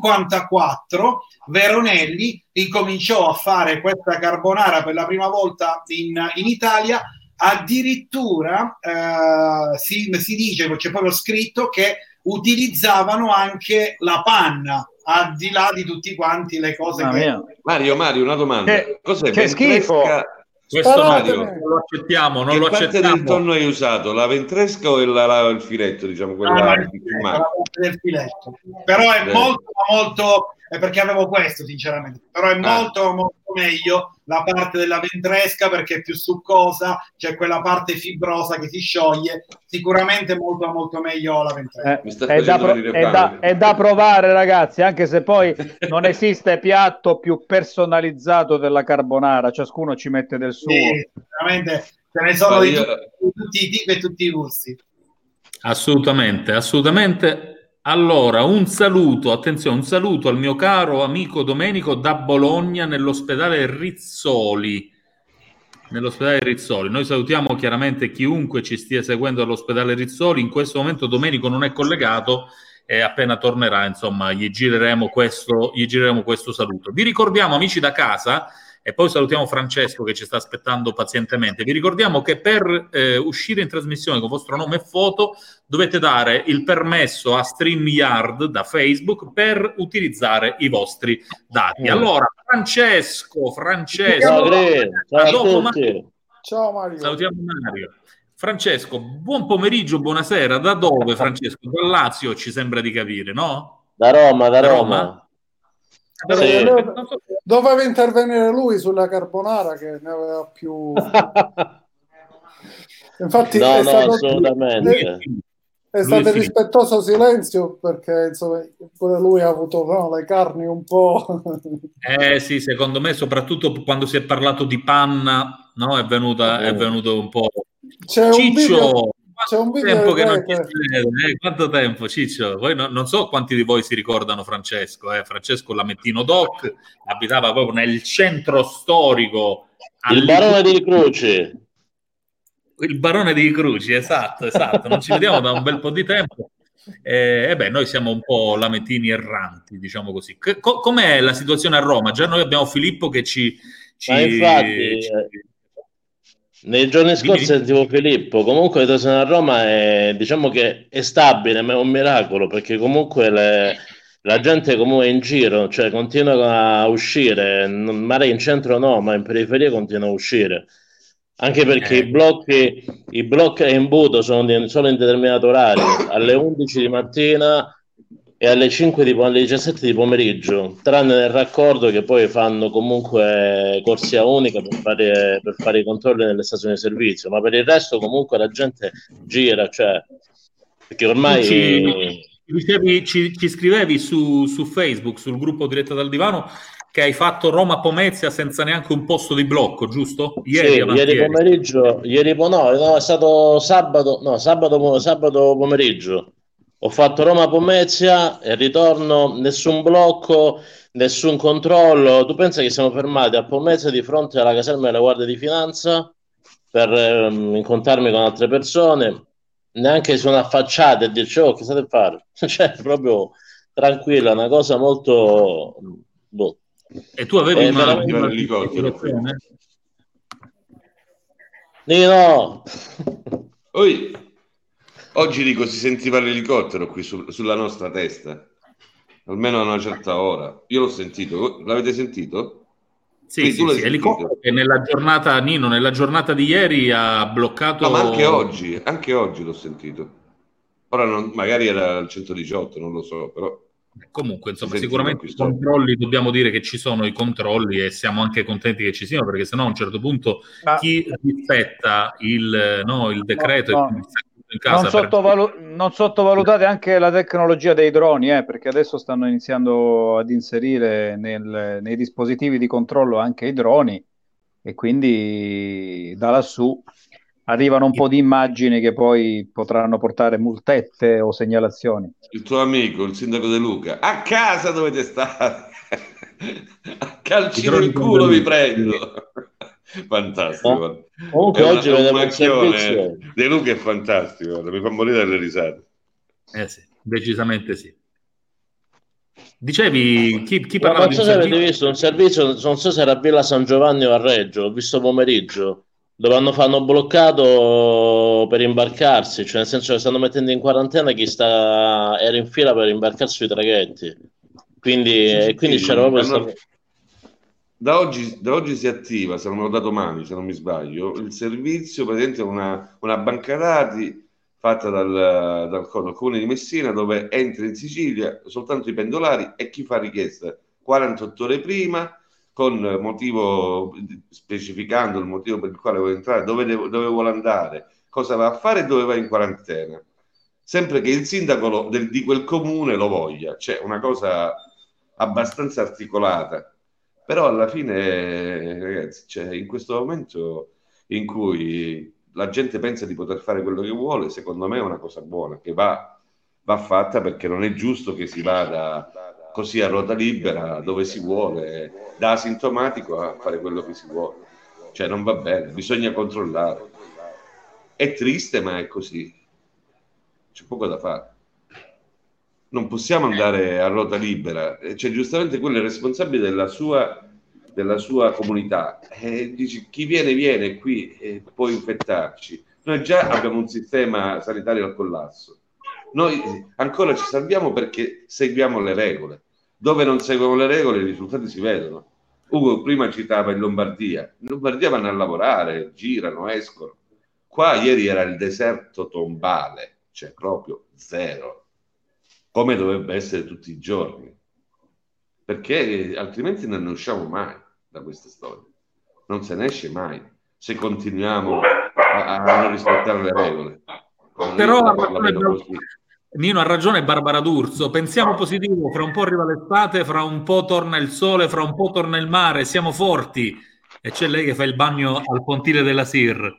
54 Veronelli incominciò a fare questa carbonara per la prima volta in Italia. Addirittura si dice, c'è proprio scritto che utilizzavano anche la panna, al di là di tutti quanti le cose Mario, una domanda. Cos'è che schifo? Questo Mario, non lo accettiamo. Che parte del tonno hai usato? La ventresca o il filetto, diciamo? Del filetto. Però è molto perché avevo questo, sinceramente. Però è molto meglio la parte della ventresca perché è più succosa, c'è quella parte fibrosa che si scioglie. Sicuramente molto meglio la ventresca. È da provare, ragazzi, anche se poi non esiste piatto più personalizzato della carbonara, ciascuno ci mette del suo. Sì, veramente ce ne sono di tutti i tipi e tutti i gusti. Assolutamente. Allora, un saluto al mio caro amico Domenico da Bologna nell'ospedale Rizzoli. Noi salutiamo chiaramente chiunque ci stia seguendo all'ospedale Rizzoli. In questo momento Domenico non è collegato e appena tornerà, insomma, gli gireremo questo saluto. Vi ricordiamo, amici da casa, e poi salutiamo Francesco che ci sta aspettando pazientemente. Vi ricordiamo che per uscire in trasmissione con vostro nome e foto dovete dare il permesso a StreamYard da Facebook per utilizzare i vostri dati. Allora, Francesco. Ciao a tutti. Ciao Mario. Salutiamo Mario. Francesco, buon pomeriggio, buonasera. Da dove, Francesco? Dal Lazio ci sembra di capire, no? Da Roma. Sì. Doveva intervenire lui sulla carbonara che ne aveva più. Infatti assolutamente. È stato rispettoso silenzio perché insomma pure lui ha avuto le carni un po'. Sì, secondo me soprattutto quando si è parlato di panna, no? È venuto un po'. C'è un video tempo che non ti vede, quanto tempo, Ciccio? Poi non so quanti di voi si ricordano Francesco. Francesco Lamettino Doc abitava proprio nel centro storico. Il Barone di Croce. Il Barone di Cruci, esatto. Non ci vediamo da un bel po' di tempo. Noi siamo un po' lamettini erranti, diciamo così. Com'è la situazione a Roma? Già noi abbiamo Filippo che nei giorni scorsi sentivo Filippo. Comunque la situazione a Roma diciamo che è stabile, ma è un miracolo perché comunque la gente comunque è in giro, cioè continua a uscire, magari in centro no, ma in periferia continua a uscire. Anche perché i blocchi a imbuto sono solo in determinato orario, alle 11 di mattina e alle 17 di pomeriggio, tranne nel raccordo che poi fanno comunque corsia unica per fare i controlli nelle stazioni di servizio, ma per il resto comunque la gente gira, cioè perché ormai ci scrivevi su Facebook, sul gruppo Diretta dal Divano, che hai fatto Roma-Pomezia senza neanche un posto di blocco, giusto? Ieri pomeriggio, è stato sabato pomeriggio. Ho fatto Roma-Pomezia e ritorno, nessun blocco, nessun controllo. Tu pensi che siamo fermati a Pomezia di fronte alla caserma della Guardia di Finanza per incontrarmi con altre persone? Neanche sono affacciate a dirci che state a fare? Cioè, proprio tranquilla, una cosa molto... E tu avevi una l'elicottero? No. Oggi dico si sentiva l'elicottero qui sulla nostra testa. almeno a una certa ora. Io l'ho sentito, l'avete sentito? Sì, Elicottero che nella giornata, Nino, nella giornata di ieri ha bloccato... No, ma anche oggi l'ho sentito. Ora magari era il 118, non lo so, però... Comunque, insomma, sicuramente i controlli, dobbiamo dire che ci sono i controlli e siamo anche contenti che ci siano, perché sennò a un certo punto chi rispetta il decreto e quindi in casa non sottovalutate anche la tecnologia dei droni, perché adesso stanno iniziando ad inserire nei dispositivi di controllo anche i droni, e quindi da lassù arrivano un po' di immagini che poi potranno portare multette o segnalazioni. Il tuo amico, il sindaco De Luca, a casa dovete stare, a calci nel culo vi prendo. Fantastico. Comunque oggi vedremo il servizio. De Luca è fantastico, mi fa morire dalle risate. Sì, decisamente sì. Dicevi, chi Non parlava di so se avete visto un servizio, non so se era a Villa San Giovanni o a Reggio, l'ho visto pomeriggio, dove hanno bloccato per imbarcarsi, cioè nel senso che stanno mettendo in quarantena chi era in fila per imbarcarsi sui traghetti. Quindi c'era proprio da oggi si attiva, saranno da domani se non mi sbaglio, il servizio, praticamente una banca dati fatta dal Comune di Messina, dove entra in Sicilia soltanto i pendolari e chi fa richiesta 48 ore prima, con motivo, specificando il motivo per il quale vuole entrare, dove vuole andare, cosa va a fare e dove va in quarantena, sempre che il sindaco di quel comune lo voglia. Cioè una cosa abbastanza articolata. Però alla fine, ragazzi, cioè, in questo momento in cui la gente pensa di poter fare quello che vuole, secondo me è una cosa buona, che va fatta, perché non è giusto che si vada così a ruota libera dove si vuole, da asintomatico a fare quello che si vuole. Cioè non va bene, bisogna controllare. È triste, ma è così. C'è poco da fare. Non possiamo andare a ruota libera, cioè giustamente quello è responsabile della sua comunità, dici chi viene qui può infettarci. Noi già abbiamo un sistema sanitario al collasso, noi ancora ci salviamo perché seguiamo le regole. Dove non seguono le regole i risultati si vedono. Ugo prima citava in Lombardia vanno a lavorare, girano, escono. Qua ieri era il deserto tombale, cioè proprio zero, come dovrebbe essere tutti i giorni, perché altrimenti non ne usciamo mai da questa storia, non se ne esce mai se continuiamo a non rispettare le regole. Però Nino ha ragione Barbara D'Urso, pensiamo positivo, fra un po' arriva l'estate, fra un po' torna il sole, fra un po' torna il mare, siamo forti, e c'è lei che fa il bagno al pontile della SIR.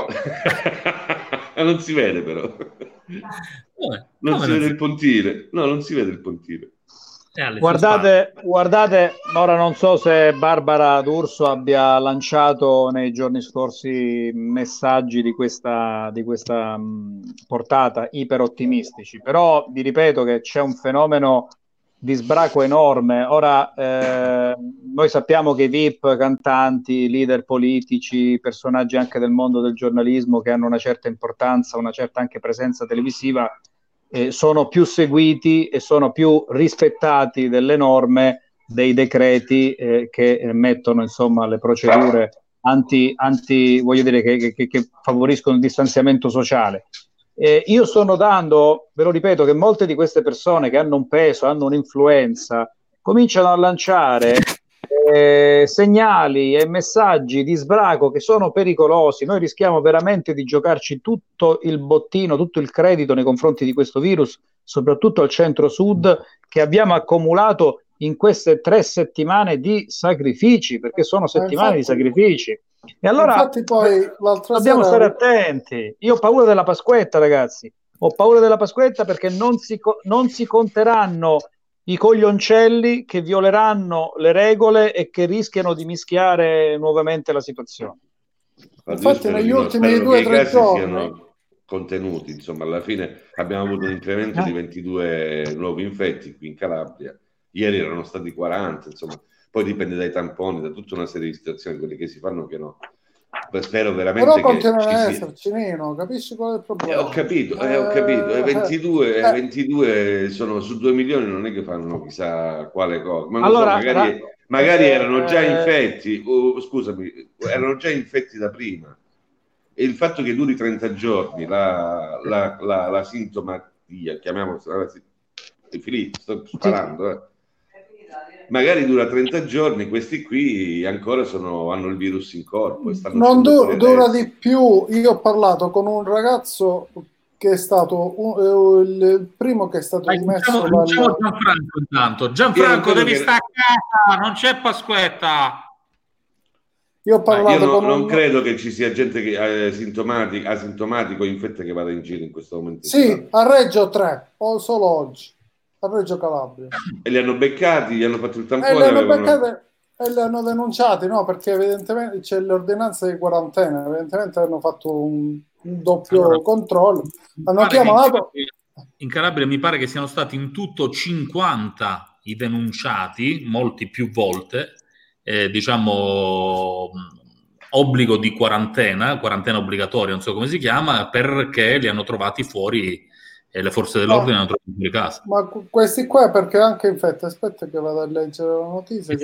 Non si vede però. Non si vede il pontile. No, non si vede il pontile. Guardate, ora non so se Barbara D'Urso abbia lanciato nei giorni scorsi messaggi di questa portata iperottimistici, però vi ripeto che c'è un fenomeno di sbraco enorme. Ora noi sappiamo che i VIP, cantanti, leader politici, personaggi anche del mondo del giornalismo che hanno una certa importanza, una certa anche presenza televisiva, sono più seguiti e sono più rispettati delle norme, dei decreti che mettono insomma le procedure anti voglio dire che favoriscono il distanziamento sociale. Io sto notando, ve lo ripeto, che molte di queste persone che hanno un peso, hanno un'influenza, cominciano a lanciare segnali e messaggi di sbraco che sono pericolosi. Noi rischiamo veramente di giocarci tutto il bottino, tutto il credito nei confronti di questo virus, soprattutto al centro-sud, che abbiamo accumulato in queste 3 settimane di sacrifici, perché sono settimane di sacrifici. E allora poi, dobbiamo stare attenti. Io ho paura della Pasquetta, ragazzi. Ho paura della Pasquetta perché non si conteranno i coglioncelli che violeranno le regole e che rischiano di mischiare nuovamente la situazione. Infatti negli ultimi 2 o 3 giorni siano contenuti, insomma, alla fine abbiamo avuto un incremento di 22 nuovi infetti qui in Calabria. Ieri erano stati 40, insomma. Poi dipende dai tamponi, da tutta una serie di situazioni, quelli che si fanno che no. spero veramente però continuano che a ci esserci, Nino, capisci qual è il problema? Ho capito. 22 sono su 2 milioni, non è che fanno chissà quale cosa, ma non Allora, so, magari erano già infetti, scusami, erano già infetti da prima. E il fatto che duri 30 giorni la sintomatia, chiamiamola, Filippo, sto sparando, magari dura 30 giorni, questi qui ancora hanno il virus in corpo e stanno non fuori dura adesso. di più. Io ho parlato con un ragazzo che è stato il primo che è stato dimesso diciamo Gianfranco intanto. Gianfranco, devi stare a casa, non c'è Pasquetta. Io ho parlato non credo che ci sia gente che asintomatico infetta che vada in giro in questo momento. Sì, a Reggio 3, o solo oggi, a Reggio Calabria. E li hanno beccati, gli hanno fatto il tampone. E li hanno denunciati, no? Perché evidentemente c'è l'ordinanza di quarantena, evidentemente hanno fatto un doppio controllo. Hanno chiamato... In Calabria mi pare che siano stati in tutto 50 i denunciati, molti più volte, diciamo obbligo di quarantena obbligatoria, non so come si chiama, perché li hanno trovati fuori e le forze dell'ordine hanno trovato fuori casa. Ma questi qua perché anche infatti, aspetta che vado a leggere la notizia.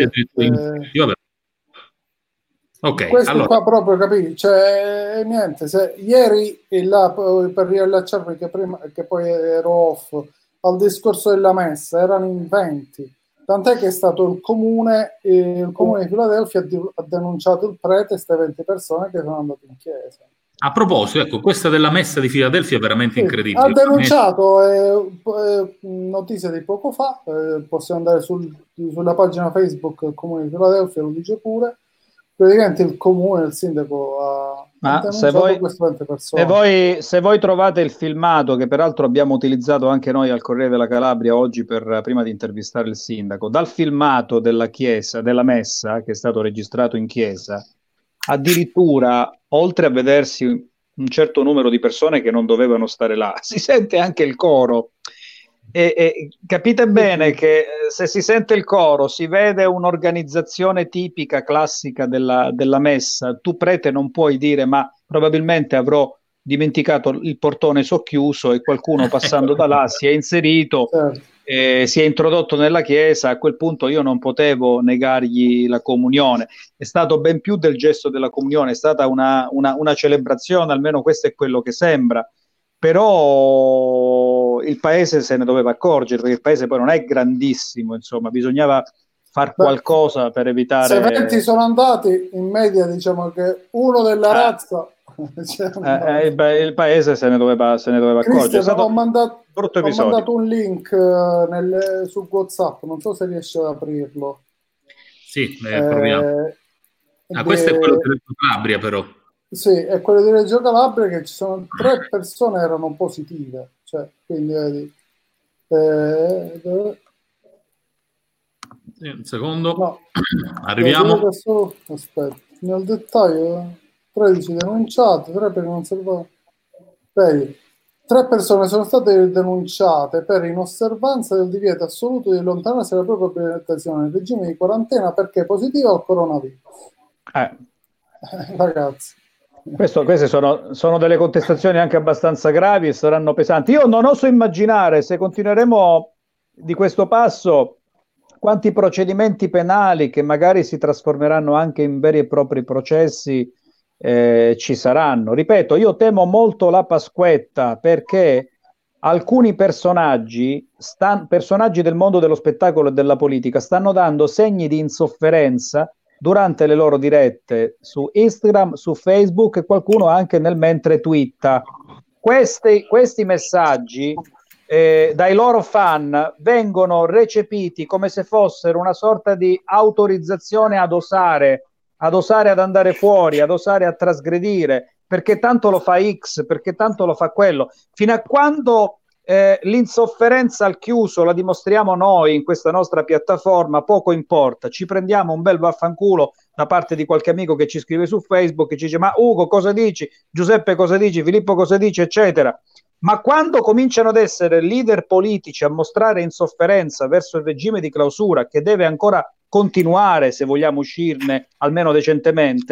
Ok, questi allora. qua proprio capì, cioè niente, ieri per riallacciarmi che poi ero off al discorso della messa, erano in 20. Tant'è che è stato il comune di Filadelfia ha denunciato il prete e queste 20 persone che sono andate in chiesa. A proposito, ecco, questa della messa di Filadelfia è veramente incredibile. Ha denunciato, notizia di poco fa, possiamo andare sulla pagina Facebook del comune di Filadelfia, lo dice pure, praticamente il comune, il sindaco ha denunciato queste 20 persone. Se voi trovate il filmato, che peraltro abbiamo utilizzato anche noi al Corriere della Calabria oggi prima di intervistare il sindaco, dal filmato della chiesa, della messa, che è stato registrato in chiesa, addirittura, oltre a vedersi un certo numero di persone che non dovevano stare là, si sente anche il coro. E capite bene che se si sente il coro, si vede un'organizzazione tipica, classica della messa, tu prete non puoi dire ma probabilmente avrò dimenticato il portone socchiuso e qualcuno passando da là si è inserito, si è introdotto nella chiesa. A quel punto io non potevo negargli la comunione. È stato ben più del gesto della comunione, è stata una celebrazione, almeno questo è quello che sembra. Però il paese se ne doveva accorgere, perché il paese poi non è grandissimo, insomma, bisognava far qualcosa per evitare... Se 20 sono andati, in media diciamo che uno della razza... il paese se ne doveva accorgere. È stato ho mandato un link su WhatsApp, non so se riesci ad aprirlo. Sì, proviamo. Questo è quello che ho detto Calabria, però. Sì, è quello di Reggio Calabria, che ci sono 3 persone erano positive, cioè, quindi vedi. Un secondo. No, arriviamo. Aspetta, nel dettaglio 13 denunciate, 3 per non osservare. Vedi, 3 persone sono state denunciate per inosservanza del divieto assoluto di allontanarsi dalla propria abitazione nel regime di quarantena perché positiva al coronavirus. Ragazzi. Queste sono delle contestazioni anche abbastanza gravi e saranno pesanti. Io non oso immaginare, se continueremo di questo passo, quanti procedimenti penali che magari si trasformeranno anche in veri e propri processi ci saranno. Ripeto, io temo molto la Pasquetta, perché alcuni personaggi del mondo dello spettacolo e della politica stanno dando segni di insofferenza durante le loro dirette su Instagram, su Facebook, e qualcuno anche nel mentre twitta. Questi messaggi dai loro fan vengono recepiti come se fossero una sorta di autorizzazione ad osare ad andare fuori, ad osare a trasgredire, perché tanto lo fa X, perché tanto lo fa quello. Fino a quando l'insofferenza al chiuso la dimostriamo noi in questa nostra piattaforma, poco importa. Ci prendiamo un bel vaffanculo da parte di qualche amico che ci scrive su Facebook e ci dice: ma Ugo cosa dici? Giuseppe cosa dici? Filippo cosa dici? Eccetera. Ma quando cominciano ad essere leader politici a mostrare insofferenza verso il regime di clausura, che deve ancora continuare se vogliamo uscirne almeno decentemente,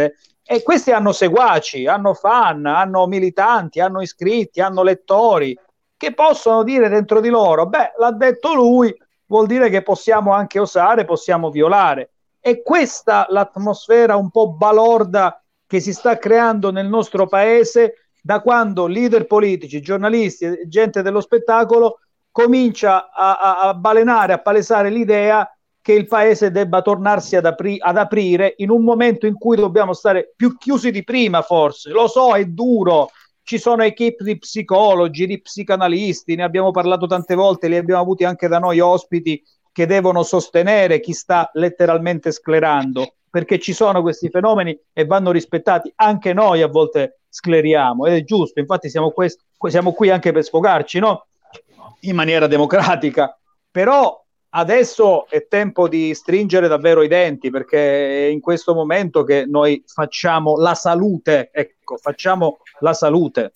E questi hanno seguaci, hanno fan, hanno militanti, hanno iscritti, hanno lettori, che possono dire dentro di loro, beh, l'ha detto lui, vuol dire che possiamo anche osare, possiamo violare. E questa l'atmosfera un po' balorda che si sta creando nel nostro paese da quando leader politici, giornalisti, gente dello spettacolo comincia a balenare, a palesare l'idea che il paese debba tornarsi ad aprire in un momento in cui dobbiamo stare più chiusi di prima, forse. Lo so, è duro, ci sono equip di psicologi, di psicanalisti, ne abbiamo parlato tante volte, li abbiamo avuti anche da noi ospiti, che devono sostenere chi sta letteralmente sclerando, perché ci sono questi fenomeni e vanno rispettati. Anche noi a volte scleriamo, ed è giusto, infatti siamo qui anche per sfogarci, no? In maniera democratica. Però adesso è tempo di stringere davvero i denti, perché è in questo momento che noi facciamo la salute, ecco, facciamo la salute.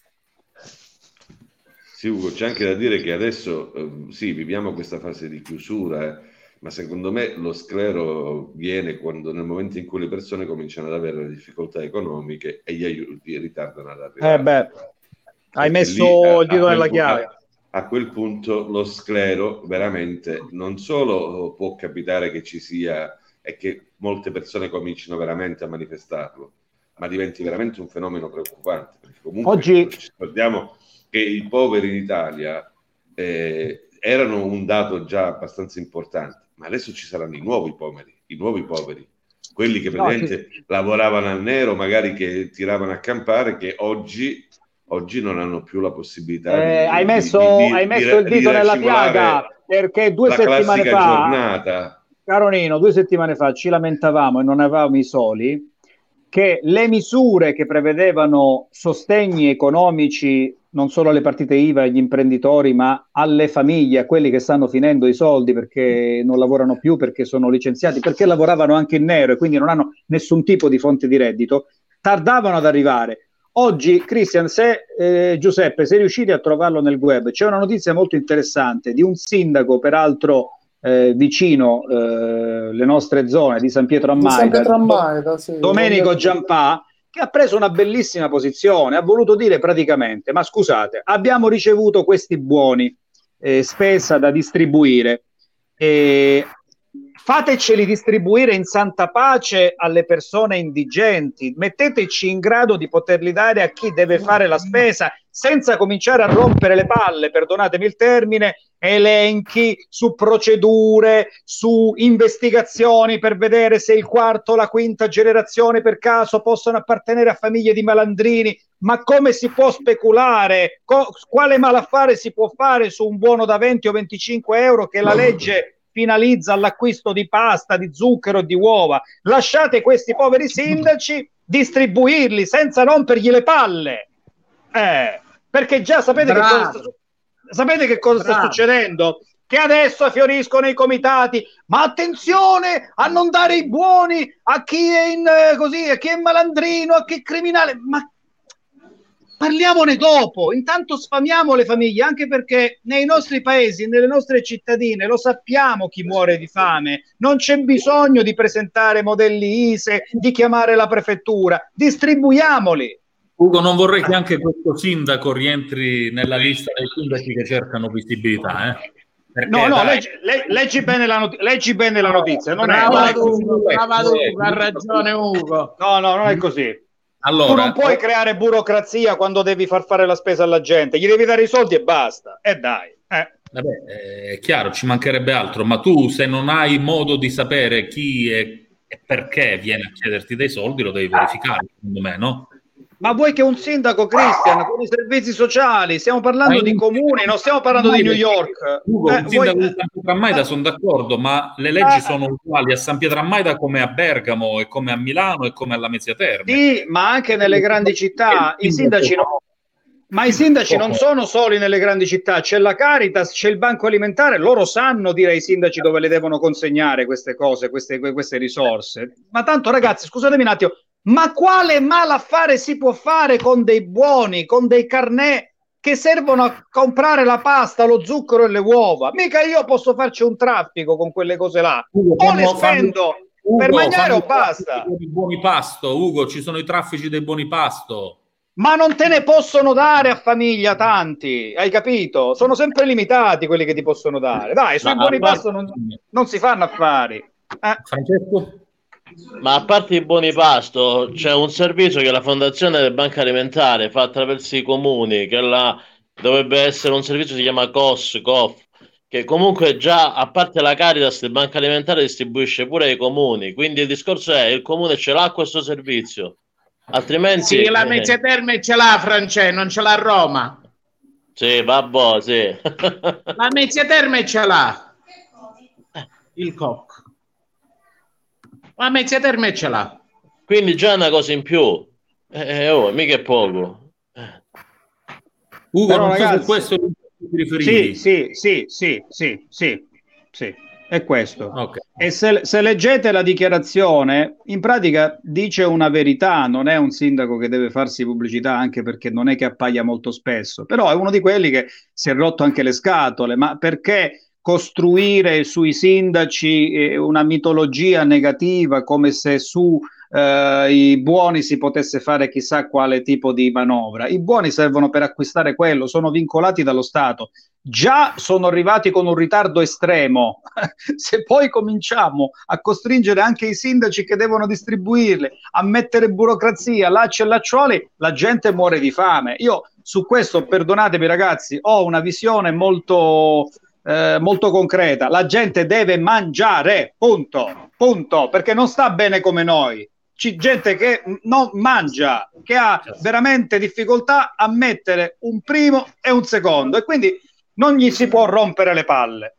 Sì, Ugo, c'è anche da dire che adesso sì, viviamo questa fase di chiusura, ma secondo me lo sclero viene nel momento in cui le persone cominciano ad avere le difficoltà economiche e gli aiuti ritardano ad arrivare. Hai messo il dito nella chiave. A quel punto lo sclero veramente non solo può capitare che ci sia e che molte persone comincino veramente a manifestarlo, ma diventi veramente un fenomeno preoccupante. Perché comunque oggi ci ricordiamo che i poveri in Italia erano un dato già abbastanza importante, ma adesso ci saranno i nuovi poveri, quelli che praticamente lavoravano al nero, magari che tiravano a campare, che oggi non hanno più la possibilità hai messo il dito nella piaga, perché 2 settimane fa, giornata. Caro Nino, 2 settimane fa ci lamentavamo e non avevamo i soli che le misure che prevedevano sostegni economici non solo alle partite IVA e agli imprenditori, ma alle famiglie, a quelli che stanno finendo i soldi perché non lavorano più, perché sono licenziati, perché lavoravano anche in nero e quindi non hanno nessun tipo di fonte di reddito, tardavano ad arrivare. Oggi, Christian, Giuseppe, sei riusciti a trovarlo nel web, c'è una notizia molto interessante di un sindaco, peraltro vicino le nostre zone di San Pietro a Maida, sì, Domenico Giampà, che ha preso una bellissima posizione, ha voluto dire praticamente, ma scusate, abbiamo ricevuto questi buoni spesa da distribuire, fateceli distribuire in santa pace alle persone indigenti, metteteci in grado di poterli dare a chi deve fare la spesa, senza cominciare a rompere le palle, perdonatemi il termine, elenchi su procedure, su investigazioni per vedere se il quarto o la quinta generazione per caso possono appartenere a famiglie di malandrini. Ma come si può speculare? Quale malaffare si può fare su un buono da 20 o 25 euro che la legge finalizza all'acquisto di pasta, di zucchero e di uova? Lasciate questi poveri sindaci distribuirli senza rompergli le palle, perché già sapete che cosa sta succedendo? Che adesso fioriscono i comitati, ma attenzione a non dare i buoni a chi è a chi è malandrino, a chi è criminale. Ma parliamone dopo, intanto sfamiamo le famiglie, anche perché nei nostri paesi, nelle nostre cittadine, lo sappiamo chi muore di fame, non c'è bisogno di presentare modelli ISEE, di chiamare la prefettura, distribuiamoli. Ugo, non vorrei che anche questo sindaco rientri nella lista dei sindaci che cercano visibilità, Perché, leggi bene la notizia. Non brava Ugo, ha ragione Ugo. No, non è così. Allora, tu non puoi creare burocrazia quando devi far fare la spesa alla gente, gli devi dare i soldi e basta. Dai. Vabbè, è chiaro, ci mancherebbe altro, ma tu se non hai modo di sapere chi e perché viene a chiederti dei soldi, lo devi verificare, secondo me, no? Ma vuoi che un sindaco, Christian, con i servizi sociali, stiamo parlando di comuni, non stiamo parlando di New York. Ugo, il sindaco di San Pietramaida sono d'accordo, ma le leggi sono uguali a San Pietramaida come a Bergamo e come a Milano e come alla Mezzia Terme. Sì, ma anche nelle grandi città. I sindaci non sono soli nelle grandi città, c'è la Caritas, c'è il Banco Alimentare, loro sanno dire ai sindaci dove le devono consegnare queste cose, queste risorse. Ma tanto ragazzi, scusatemi un attimo, ma quale malaffare si può fare con dei buoni, con dei carnet che servono a comprare la pasta, lo zucchero e le uova? Mica io posso farci un traffico con quelle cose là. O le spendo per mangiare o basta? I buoni pasto, Ugo, ci sono i traffici dei buoni pasto. Ma non te ne possono dare a famiglia tanti, hai capito? Sono sempre limitati quelli che ti possono dare. Dai, sui buoni pasto non si fanno affari. Francesco? Ma a parte i buoni pasto, c'è un servizio che la Fondazione del Banca Alimentare fa attraverso i comuni, che dovrebbe essere un servizio che si chiama COF, che comunque già, a parte la Caritas, il Banca Alimentare distribuisce pure ai comuni, quindi il discorso è, il comune ce l'ha questo servizio, altrimenti... Sì, la Mezzia Terme ce l'ha, Francesco, non ce l'ha a Roma. Sì, vabbè, sì. La Mezzia Terme ce l'ha. Il COC. La Mezzia Terme ce l'ha. Quindi già è una cosa in più. Mica è poco. Ugo, Però, non ragazzi, so se questo ti riferivi. Sì, è questo. Okay. E se leggete la dichiarazione, in pratica dice una verità, non è un sindaco che deve farsi pubblicità, anche perché non è che appaia molto spesso, però è uno di quelli che si è rotto anche le scatole, ma perché costruire sui sindaci una mitologia negativa, come se su i buoni si potesse fare chissà quale tipo di manovra? I buoni servono per acquistare quello, sono vincolati dallo Stato, già sono arrivati con un ritardo estremo. Se poi cominciamo a costringere anche i sindaci che devono distribuirle, a mettere burocrazia, lacci e lacciuoli, la gente muore di fame. Io su questo, perdonatemi ragazzi, ho una visione molto concreta. La gente deve mangiare, punto, perché non sta bene come noi. Gente che non mangia, che ha veramente difficoltà a mettere un primo e un secondo, e quindi non gli si può rompere le palle.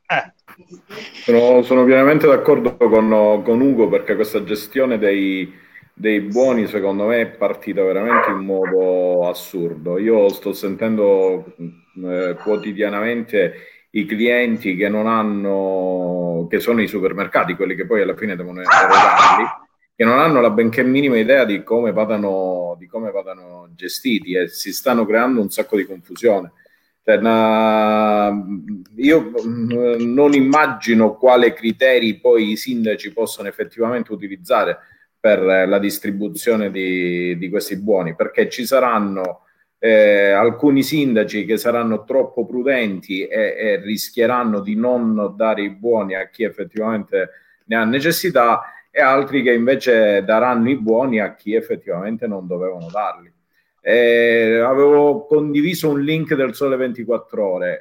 Sono pienamente d'accordo con Ugo, perché questa gestione dei buoni secondo me è partita veramente in modo assurdo. Io sto sentendo quotidianamente i clienti che non hanno, che sono i supermercati, quelli che poi alla fine devono erogarli, che non hanno la benché minima idea di come vadano gestiti, e si stanno creando un sacco di confusione. Io non immagino quale criteri poi i sindaci possono effettivamente utilizzare per la distribuzione di questi buoni, perché ci saranno alcuni sindaci che saranno troppo prudenti e rischieranno di non dare i buoni a chi effettivamente ne ha necessità, e altri che invece daranno i buoni a chi effettivamente non dovevano darli. Avevo condiviso un link del Sole 24 Ore.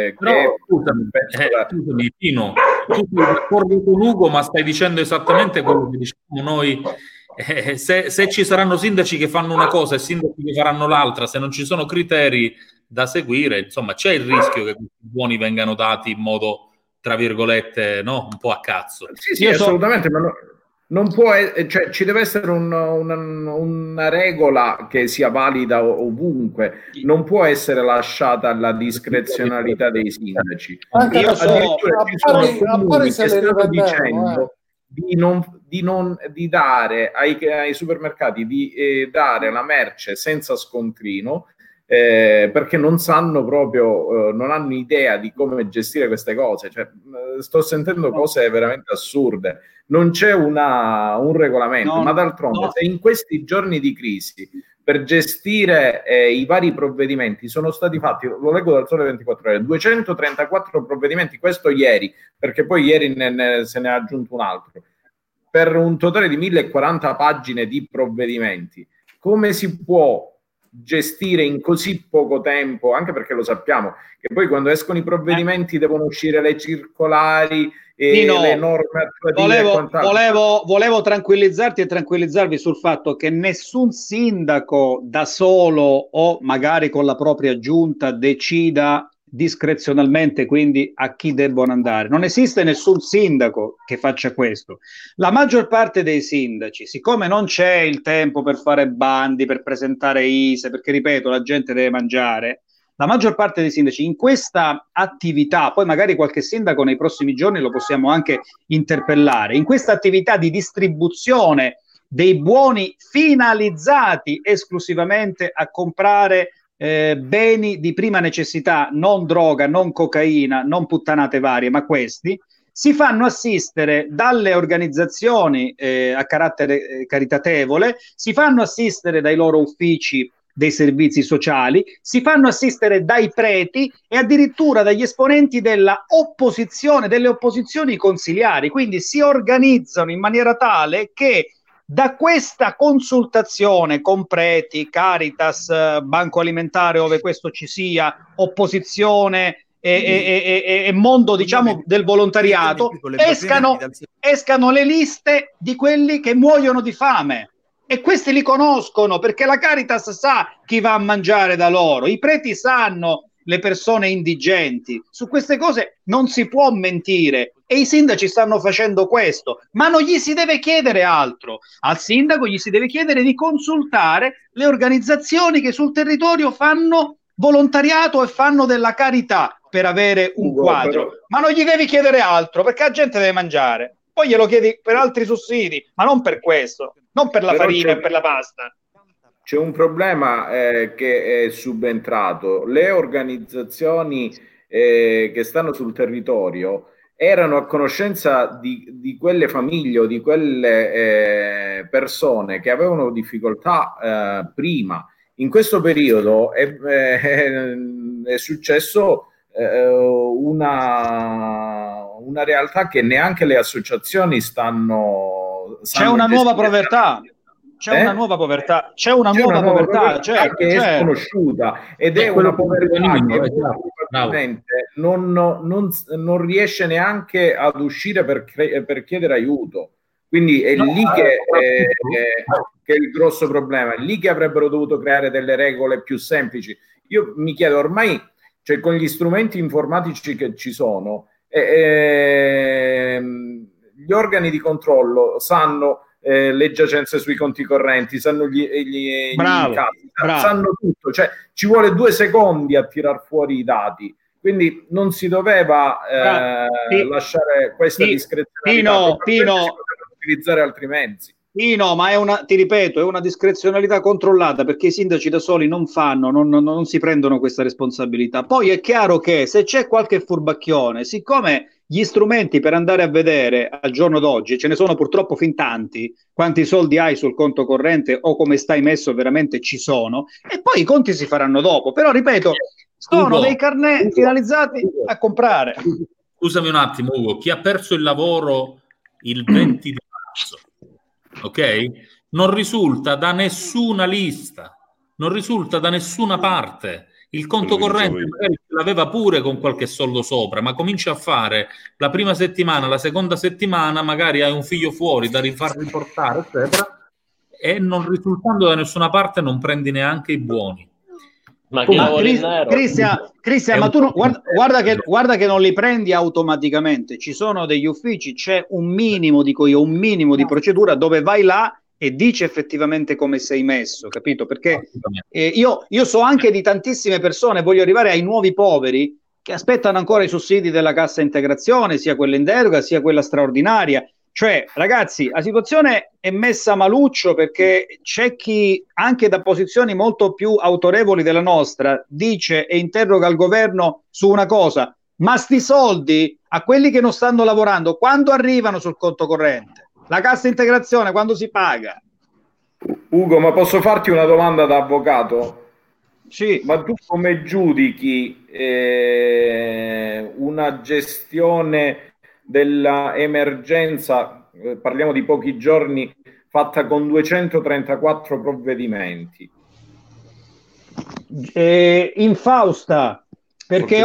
Scusami, Pino, tu sei d'accordo con Ugo, ma stai dicendo esattamente quello che diciamo noi. Se ci saranno sindaci che fanno una cosa e sindaci che faranno l'altra, se non ci sono criteri da seguire, insomma, c'è il rischio che questi buoni vengano dati in modo, tra virgolette, no? Un po' a cazzo. Sì, assolutamente, ma non può, cioè, ci deve essere una regola che sia valida ovunque, non può essere lasciata alla discrezionalità dei sindaci. Anche Io addirittura ci sono comuni che stanno dicendo di dare ai supermercati di dare la merce senza scontrino, perché non sanno proprio, non hanno idea di come gestire queste cose. Cioè, sto sentendo cose veramente assurde. Non c'è un regolamento, ma d'altronde se in questi giorni di crisi per gestire i vari provvedimenti sono stati fatti, lo leggo dal Sole 24 Ore, 234 provvedimenti, questo ieri, perché poi ieri se ne ha aggiunto un altro, per un totale di 1040 pagine di provvedimenti. Come si può gestire in così poco tempo? Anche perché lo sappiamo che poi quando escono i provvedimenti devono uscire le circolari e le norme attuative. Volevo tranquillizzarti e tranquillizzarvi sul fatto che nessun sindaco da solo o magari con la propria giunta decida discrezionalmente quindi a chi debbono andare. Non esiste nessun sindaco che faccia questo. La maggior parte dei sindaci, siccome non c'è il tempo per fare bandi, per presentare ISE, perché ripeto, la gente deve mangiare, la maggior parte dei sindaci in questa attività, poi magari qualche sindaco nei prossimi giorni lo possiamo anche interpellare, in questa attività di distribuzione dei buoni finalizzati esclusivamente a comprare beni di prima necessità, non droga, non cocaina, non puttanate varie, ma questi si fanno assistere dalle organizzazioni a carattere caritatevole, si fanno assistere dai loro uffici dei servizi sociali, si fanno assistere dai preti e addirittura dagli esponenti della opposizione, delle opposizioni consiliari, quindi si organizzano in maniera tale che da questa consultazione con preti, Caritas, Banco Alimentare, ove questo ci sia, opposizione e mondo, diciamo, del volontariato, escano le liste di quelli che muoiono di fame. E questi li conoscono, perché la Caritas sa chi va a mangiare da loro, i preti sanno le persone indigenti. Su queste cose non si può mentire e i sindaci stanno facendo questo, ma non gli si deve chiedere altro. Al sindaco gli si deve chiedere di consultare le organizzazioni che sul territorio fanno volontariato e fanno della carità per avere un quadro, ma non gli devi chiedere altro, perché la gente deve mangiare. Poi glielo chiedi per altri sussidi, ma non per questo, non per la farina e per la pasta. C'è un problema che è subentrato. Le organizzazioni che stanno sul territorio erano a conoscenza di quelle famiglie o di quelle persone che avevano difficoltà prima. In questo periodo è successo una realtà che neanche le associazioni sanno. C'è una nuova povertà. C'è una nuova povertà, certo, che è sconosciuta ed è una povertà che probabilmente non riesce neanche ad uscire per chiedere aiuto. Quindi è lì che è il grosso problema, è lì che avrebbero dovuto creare delle regole più semplici. Io mi chiedo ormai, cioè, con gli strumenti informatici che ci sono, gli organi di controllo sanno le giacenze sui conti correnti, sanno gli casi, sanno tutto, cioè ci vuole 2 secondi a tirar fuori i dati, quindi non si doveva lasciare questa discrezionalità, utilizzare altri mezzi. No, ma ti ripeto, è una discrezionalità controllata, perché i sindaci da soli non si prendono questa responsabilità. Poi è chiaro che se c'è qualche furbacchione, siccome gli strumenti per andare a vedere al giorno d'oggi, ce ne sono purtroppo fin tanti, quanti soldi hai sul conto corrente o come stai messo veramente ci sono, e poi i conti si faranno dopo. Però ripeto, sono dei carnet finalizzati a comprare. Scusami un attimo, Ugo, chi ha perso il lavoro il 20 di marzo, ok? Non risulta da nessuna lista, non risulta da nessuna parte. Il conto corrente magari l'aveva pure con qualche soldo sopra, ma comincia a fare la prima settimana, la seconda settimana, magari hai un figlio fuori da rifar riportare, eccetera, e non risultando da nessuna parte non prendi neanche i buoni. Ma Cristian, ma tu guarda che non li prendi automaticamente. Ci sono degli uffici, c'è un minimo di procedura dove vai là e dice effettivamente come sei messo, capito? Perché io so anche di tantissime persone, voglio arrivare ai nuovi poveri, che aspettano ancora i sussidi della cassa integrazione, sia quella in deroga sia quella straordinaria. Cioè, ragazzi, la situazione è messa maluccio, perché c'è chi, anche da posizioni molto più autorevoli della nostra, dice e interroga il governo su una cosa: ma sti soldi a quelli che non stanno lavorando, quando arrivano sul conto corrente? La cassa integrazione quando si paga? Ugo, ma posso farti una domanda da avvocato? Sì. Ma tu come giudichi una gestione dell'emergenza, parliamo di pochi giorni, fatta con 234 provvedimenti? Infausta, perché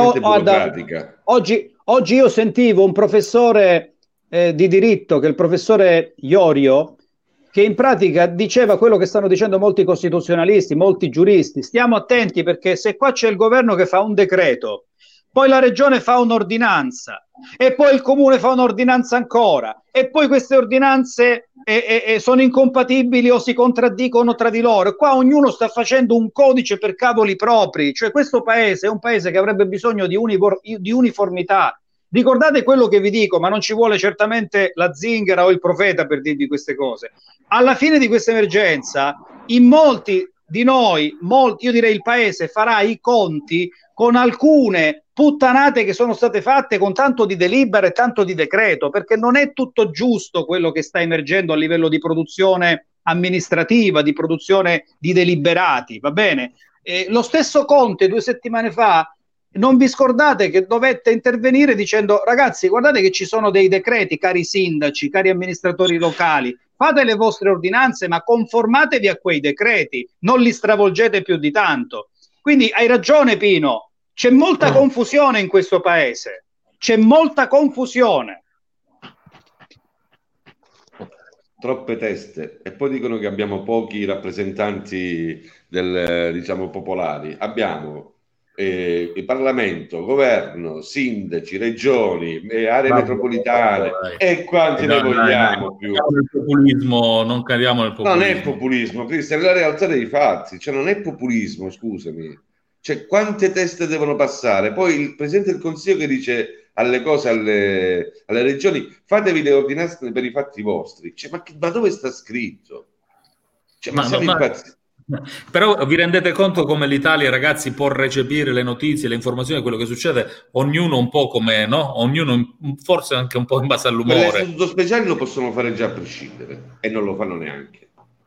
oggi io sentivo un professore di diritto, che è il professore Iorio, che in pratica diceva quello che stanno dicendo molti costituzionalisti, molti giuristi: stiamo attenti, perché se qua c'è il governo che fa un decreto, poi la regione fa un'ordinanza e poi il comune fa un'ordinanza ancora, e poi queste ordinanze sono incompatibili o si contraddicono tra di loro, e qua ognuno sta facendo un codice per cavoli propri. Cioè, questo paese è un paese che avrebbe bisogno di uniformità. Ricordate quello che vi dico, ma non ci vuole certamente la zingara o il profeta per dirvi queste cose. Alla fine di questa emergenza, in molti di noi, io direi il paese, farà i conti con alcune puttanate che sono state fatte con tanto di delibera e tanto di decreto, perché non è tutto giusto quello che sta emergendo a livello di produzione amministrativa, di produzione di deliberati, va bene? Lo stesso Conte 2 settimane fa, non vi scordate che dovette intervenire dicendo: ragazzi, guardate che ci sono dei decreti, cari sindaci, cari amministratori locali, fate le vostre ordinanze ma conformatevi a quei decreti, non li stravolgete più di tanto. Quindi hai ragione Pino, c'è molta confusione in questo paese, c'è molta confusione. Troppe teste, e poi dicono che abbiamo pochi rappresentanti diciamo popolari. Abbiamo il Parlamento, governo, sindaci, regioni, aree metropolitane, e quanti ne vogliamo più? Non cadiamo nel populismo. Non è populismo, Cristian, è la realtà dei fatti, cioè non è populismo, scusami. Cioè, quante teste devono passare? Poi il Presidente del Consiglio che dice alle cose, alle regioni: fatevi le ordinanze per i fatti vostri. Cioè, ma dove sta scritto? Cioè, ma siamo impazziti. Però vi rendete conto come l'Italia, ragazzi, può recepire le notizie, le informazioni, quello che succede, ognuno un po' come, no? Ognuno forse anche un po' in base all'umore. Le istituto speciali lo possono fare già a prescindere e non lo fanno neanche.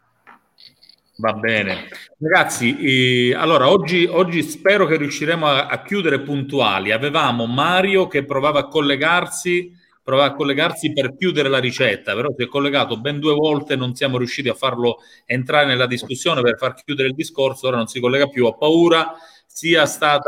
Va bene, ragazzi, allora oggi spero che riusciremo a chiudere puntuali. Avevamo Mario che provava a collegarsi per chiudere la ricetta, però si è collegato ben 2 volte, non siamo riusciti a farlo entrare nella discussione per far chiudere il discorso. Ora non si collega più, ho paura sia stato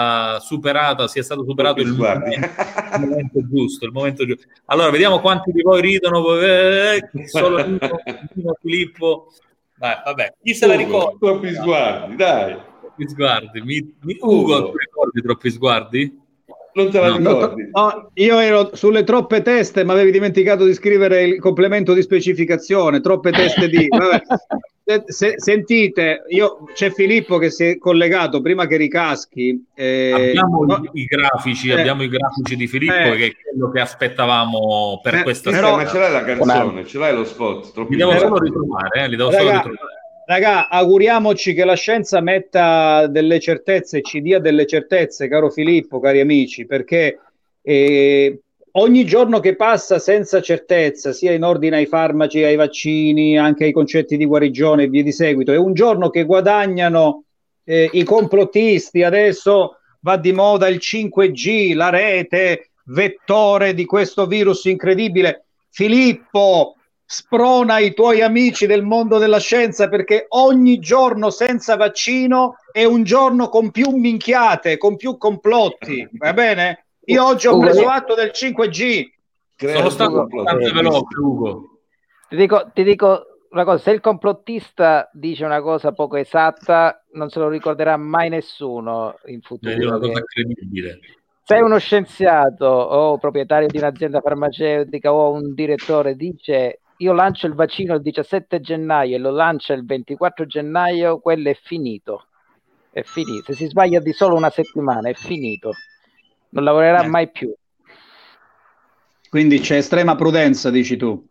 superato il momento giusto, Allora vediamo quanti di voi ridono, solo Nino, Filippo. Vabbè, chi se la ricorda? Troppi sguardi, dai. Troppi sguardi. Ugo, tu ricordi troppi sguardi? Non te la ricordi? No, io ero sulle troppe teste, ma avevi dimenticato di scrivere il complemento di specificazione. Troppe teste di... Vabbè. Sentite, c'è Filippo che si è collegato prima che ricaschi. Abbiamo i grafici di Filippo, che è quello che aspettavamo per questa sera. Ma ce l'hai la canzone, ce l'hai lo spot? Li devo solo ritrovare, Raga, auguriamoci che la scienza metta delle certezze, ci dia delle certezze, caro Filippo, cari amici, perché ogni giorno che passa senza certezza, sia in ordine ai farmaci, ai vaccini, anche ai concetti di guarigione e via di seguito, è un giorno che guadagnano i complottisti. Adesso va di moda il 5G, la rete, vettore di questo virus incredibile. Filippo, sprona i tuoi amici del mondo della scienza, perché ogni giorno senza vaccino è un giorno con più minchiate, con più complotti, va bene? Io oggi ho preso atto del 5G. Sono stato abbastanza veloce, Ugo. Ti dico una cosa: se il complottista dice una cosa poco esatta, non se lo ricorderà mai nessuno in futuro. È una cosa incredibile. Se uno scienziato o proprietario di un'azienda farmaceutica o un direttore dice: io lancio il vaccino il 17 gennaio e lo lancia il 24 gennaio, quello è finito. È finito. Se si sbaglia di solo una settimana, è finito. Non lavorerà mai più. Quindi c'è estrema prudenza, dici tu?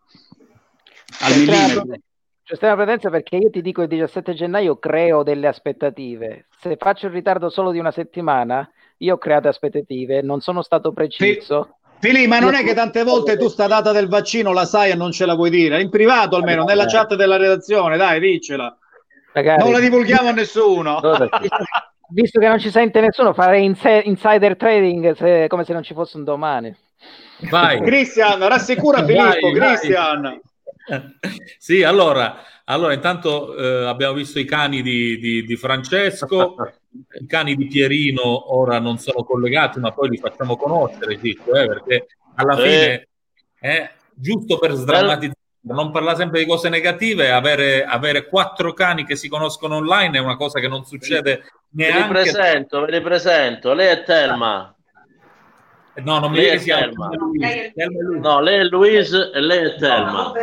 C'è estrema prudenza, perché io ti dico il 17 gennaio creo delle aspettative. Se faccio il ritardo solo di una settimana, io ho creato aspettative, non sono stato preciso. Fili, ma non è che tante volte tu sta data del vaccino la sai e non ce la vuoi dire? In privato almeno, nella chat della redazione, dai, diccela. Magari. Non la divulghiamo a nessuno. Visto che non ci sente nessuno, farei insider trading come se non ci fosse un domani. Vai. Cristian, rassicura Filippo, Cristian. Sì, allora intanto abbiamo visto i cani di Francesco, i cani di Pierino ora non sono collegati, ma poi li facciamo conoscere, perché alla fine giusto per sdrammatizzare, non parlare sempre di cose negative, avere 4 cani che si conoscono online è una cosa che non succede neanche. Ve li presento, lei è Telma. No, non mi dica si chiama. No, lei è Luis e lei è Telma.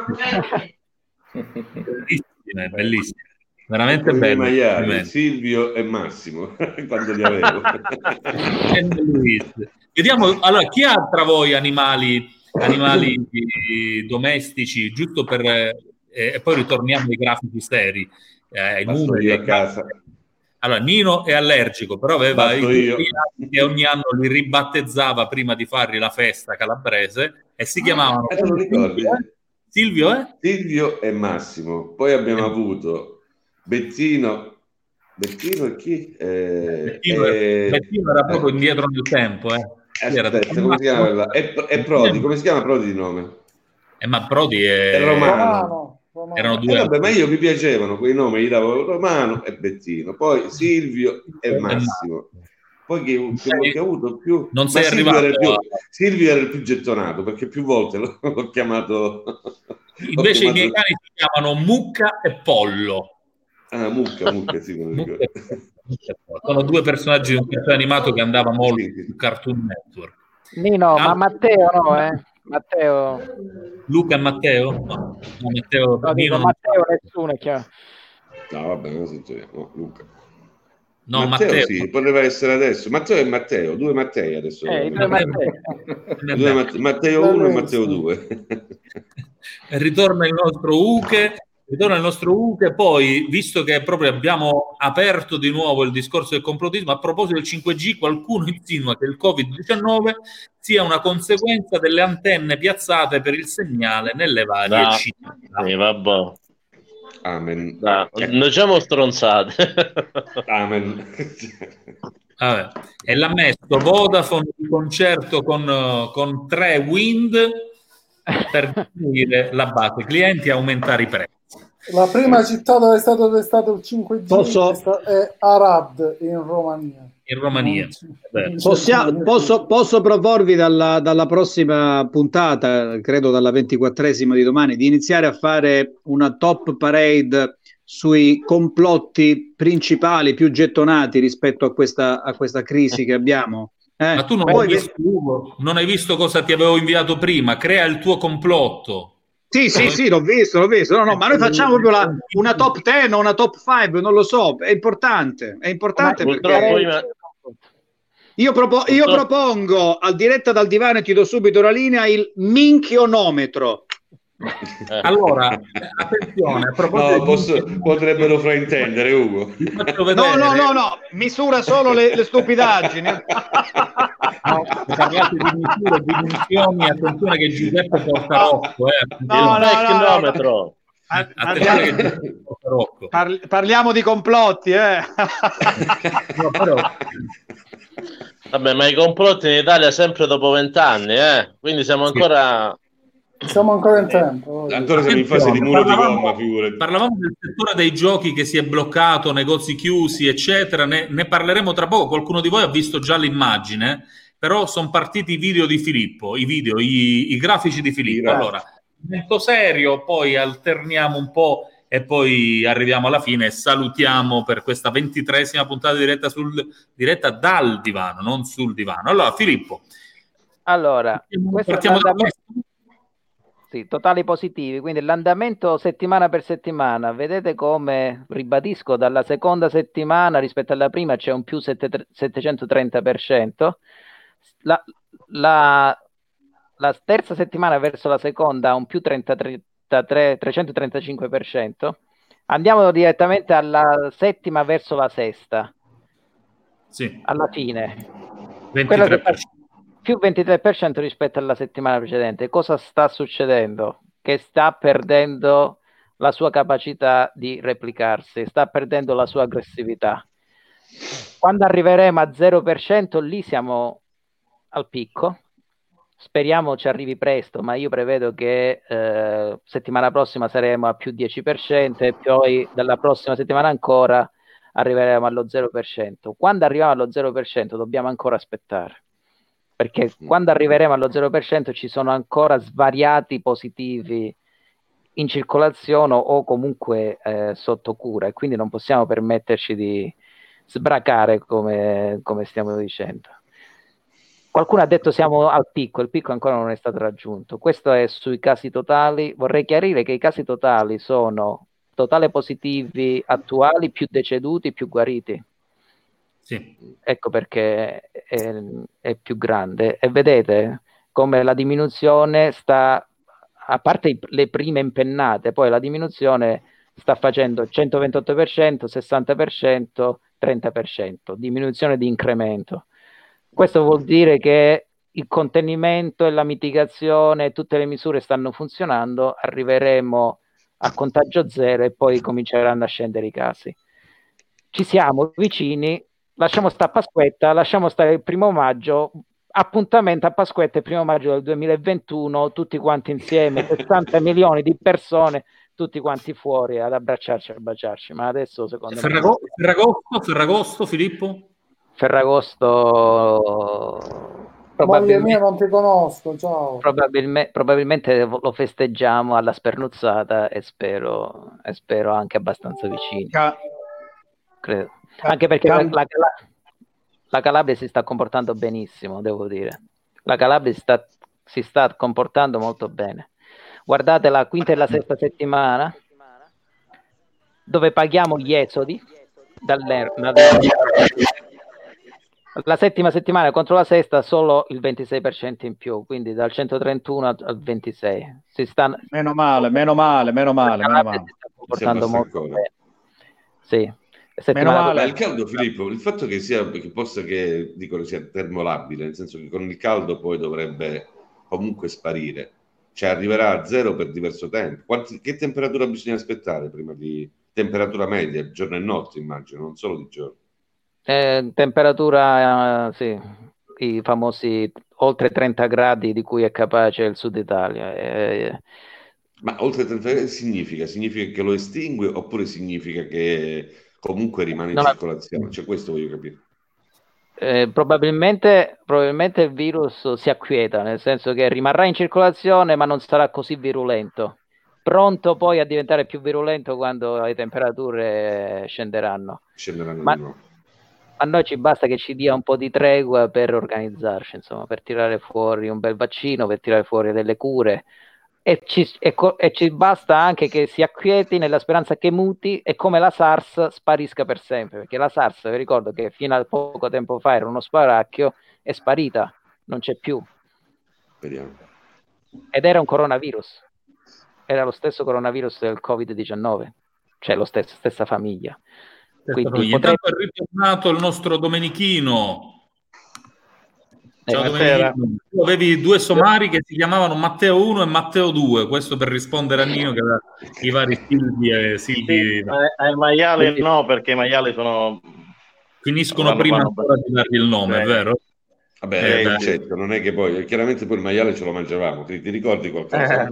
Bellissime, veramente bello. Silvio e Massimo quando li avevo. Vediamo, allora, chi ha tra voi animali domestici, giusto per e poi ritorniamo ai grafici seri. Passo io a casa. Allora, Nino è allergico, però aveva io che ogni anno li ribattezzava prima di fargli la festa calabrese e si chiamavano te lo ricordi? Silvio e Massimo. Poi abbiamo avuto Bettino e chi? Bettino era proprio indietro nel tempo. Aspetta, come si chiama? E Prodi, come si chiama Prodi di nome? Ma Prodi è Romano. Erano due. Vabbè, ma io mi piacevano quei nomi, gli davo Romano e Bettino, poi Silvio e Massimo. Poi che ho avuto più. Non sei Silvio arrivato. Silvio era il più gettonato perché più volte l'ho chiamato. Invece i miei cani si chiamano Mucca e Pollo. Ah, Mucca, sì, me lo ricordo. Sono due personaggi di un cartone animato che andava molto su Cartoon Network. Nino, ma Matteo no, Matteo. Luca e Matteo? No, Matteo, no, dico, Matteo nessuno è chiaro. No, vabbè, non sentiamo. Luca. No, Matteo sì, poteva essere adesso. Matteo e Matteo, due Mattei adesso. Matteo 1 e Matteo 2. Ritorna il nostro Uche, poi, visto che proprio abbiamo aperto di nuovo il discorso del complottismo, a proposito del 5G, qualcuno insinua che il Covid-19 sia una conseguenza delle antenne piazzate per il segnale nelle varie città. Vabbè. Amen. Non siamo stronzate. Amen. Vabbè. E l'ha messo Vodafone di concerto con 3 Wind per dire la base clienti e aumentare i prezzi. La prima città dove è stato testato il 5G è Arad in Romania. In Romania. Posso proporvi dalla prossima puntata, credo dalla 24esima di domani, di iniziare a fare una top parade sui complotti principali più gettonati rispetto a questa crisi che abbiamo. Ma tu non hai visto cosa ti avevo inviato prima? Crea il tuo complotto. Sì, l'ho visto. No, ma noi facciamo proprio una top 10 o una top 5, non lo so, è importante perché io propongo al diretta dal divano e ti do subito la linea il minchionometro. Allora, attenzione, a proposito potrebbero fraintendere, Ugo. No, misura solo le stupidaggini. No, parlate di misure, di dimensioni, attenzione che Giuseppe porta Rocco. Chilometro. Parliamo di complotti, No, però... Vabbè, ma i complotti in Italia sempre dopo 20 anni, quindi siamo ancora in tempo. Ancora siamo in fase di muro di gomma, figurati. Parlavamo del settore dei giochi che si è bloccato, negozi chiusi, eccetera. Ne parleremo tra poco. Qualcuno di voi ha visto già l'immagine, però sono partiti i video di Filippo, i grafici di Filippo. Allora, molto serio, poi alterniamo un po' e poi arriviamo alla fine e salutiamo per questa 23esima puntata diretta dal divano, non sul divano. Allora, Filippo. Allora, partiamo da questo. Sì, totali positivi, quindi l'andamento settimana per settimana, vedete come, ribadisco, dalla seconda settimana rispetto alla prima c'è un più 730%, la terza settimana verso la seconda un più 335%, andiamo direttamente alla settima verso la sesta, sì. Alla fine. 23%. Più 23% rispetto alla settimana precedente. Cosa sta succedendo? Che sta perdendo la sua capacità di replicarsi, sta perdendo la sua aggressività. Quando arriveremo a 0%, lì siamo al picco. Speriamo ci arrivi presto, ma io prevedo che settimana prossima saremo a più 10% e poi dalla prossima settimana ancora arriveremo allo 0%. Quando arriviamo allo 0% dobbiamo ancora aspettare, perché quando arriveremo allo 0% ci sono ancora svariati positivi in circolazione o comunque sotto cura, e quindi non possiamo permetterci di sbracare come stiamo dicendo. Qualcuno ha detto siamo al picco, il picco ancora non è stato raggiunto. Questo è sui casi totali. Vorrei chiarire che i casi totali sono totale positivi attuali più deceduti più guariti. Sì. Ecco perché è più grande, e vedete come la diminuzione sta a parte le prime impennate, poi la diminuzione sta facendo 128%, 60%, 30%, diminuzione di incremento. Questo vuol dire che il contenimento e la mitigazione, tutte le misure stanno funzionando, arriveremo a contagio zero e poi cominceranno a scendere i casi. Ci siamo vicini, lasciamo stare Pasquetta, lasciamo stare il 1° maggio, appuntamento a Pasquetta il 1° maggio del 2021, tutti quanti insieme, 60 milioni di persone, tutti quanti fuori ad abbracciarci, a baciarci. Ma adesso secondo me... Ferragosto, Filippo? Ferragosto... Moglie mia, non ti conosco, ciao. Probabilmente lo festeggiamo alla Spernuzzata e spero anche abbastanza vicini. Credo. Anche perché la Calabria si sta comportando benissimo, devo dire. La Calabria si sta comportando molto bene. Guardate la quinta e la sesta settimana, dove paghiamo gli esodi la settima settimana contro la sesta solo il 26% in più, quindi dal 131 al 26. Meno male. Si sta comportando molto bene. Sì. Meno male. Ma il caldo, Filippo, il fatto che sia termolabile, nel senso che con il caldo poi dovrebbe comunque sparire, cioè arriverà a zero per diverso tempo. Che temperatura bisogna aspettare prima di temperatura media, giorno e notte, immagino, non solo di giorno? Temperatura, sì, i famosi oltre 30 gradi di cui è capace il Sud Italia. Ma oltre 30 gradi significa che lo estingue oppure significa che comunque rimane in circolazione? Cioè, questo voglio capire. Probabilmente il virus si acquieta, nel senso che rimarrà in circolazione ma non sarà così virulento, pronto poi a diventare più virulento quando le temperature scenderanno. Di nuovo. A noi ci basta che ci dia un po' di tregua per organizzarci, insomma, per tirare fuori un bel vaccino, per tirare fuori delle cure, e ci basta anche che si acquieti nella speranza che muti e come la SARS sparisca per sempre, perché la SARS, vi ricordo che fino a poco tempo fa era uno spauracchio, è sparita, non c'è più. Vediamo. Ed era un coronavirus, era lo stesso coronavirus del Covid-19, cioè stessa famiglia. Quindi intanto è ritornato il nostro Domenichino. Ciao Domenichino. Tu avevi 2 somari che si chiamavano Matteo 1 e Matteo 2, questo per rispondere a Nino che aveva i vari Silvi. Ai maiali no, perché i maiali finiscono prima ancora di dargli il nome, è vero? Vabbè, certo, non è che poi chiaramente poi il maiale ce lo mangiavamo, ti ricordi qualcosa?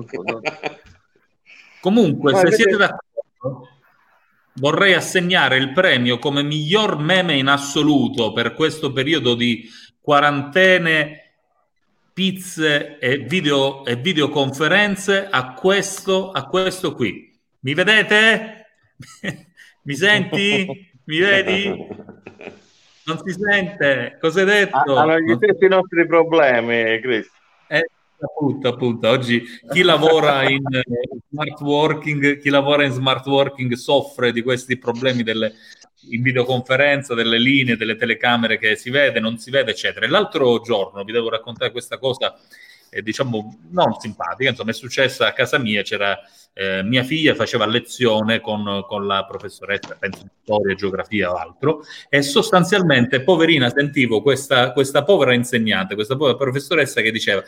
Comunque, se siete d'accordo, vorrei assegnare il premio come miglior meme in assoluto per questo periodo di quarantene, pizze e videoconferenze a questo qui. Mi vedete? Mi senti? Mi vedi? Non si sente? Cosa hai detto? Hanno gli stessi nostri problemi, Cristo. Appunto, oggi chi lavora in smart working soffre di questi problemi in videoconferenza, delle linee, delle telecamere che si vede, non si vede, eccetera. E l'altro giorno vi devo raccontare questa cosa, diciamo, non simpatica, insomma, è successa a casa mia, c'era mia figlia faceva lezione con la professoressa, penso di storia, geografia o altro, e sostanzialmente, poverina, sentivo questa povera insegnante, questa povera professoressa che diceva: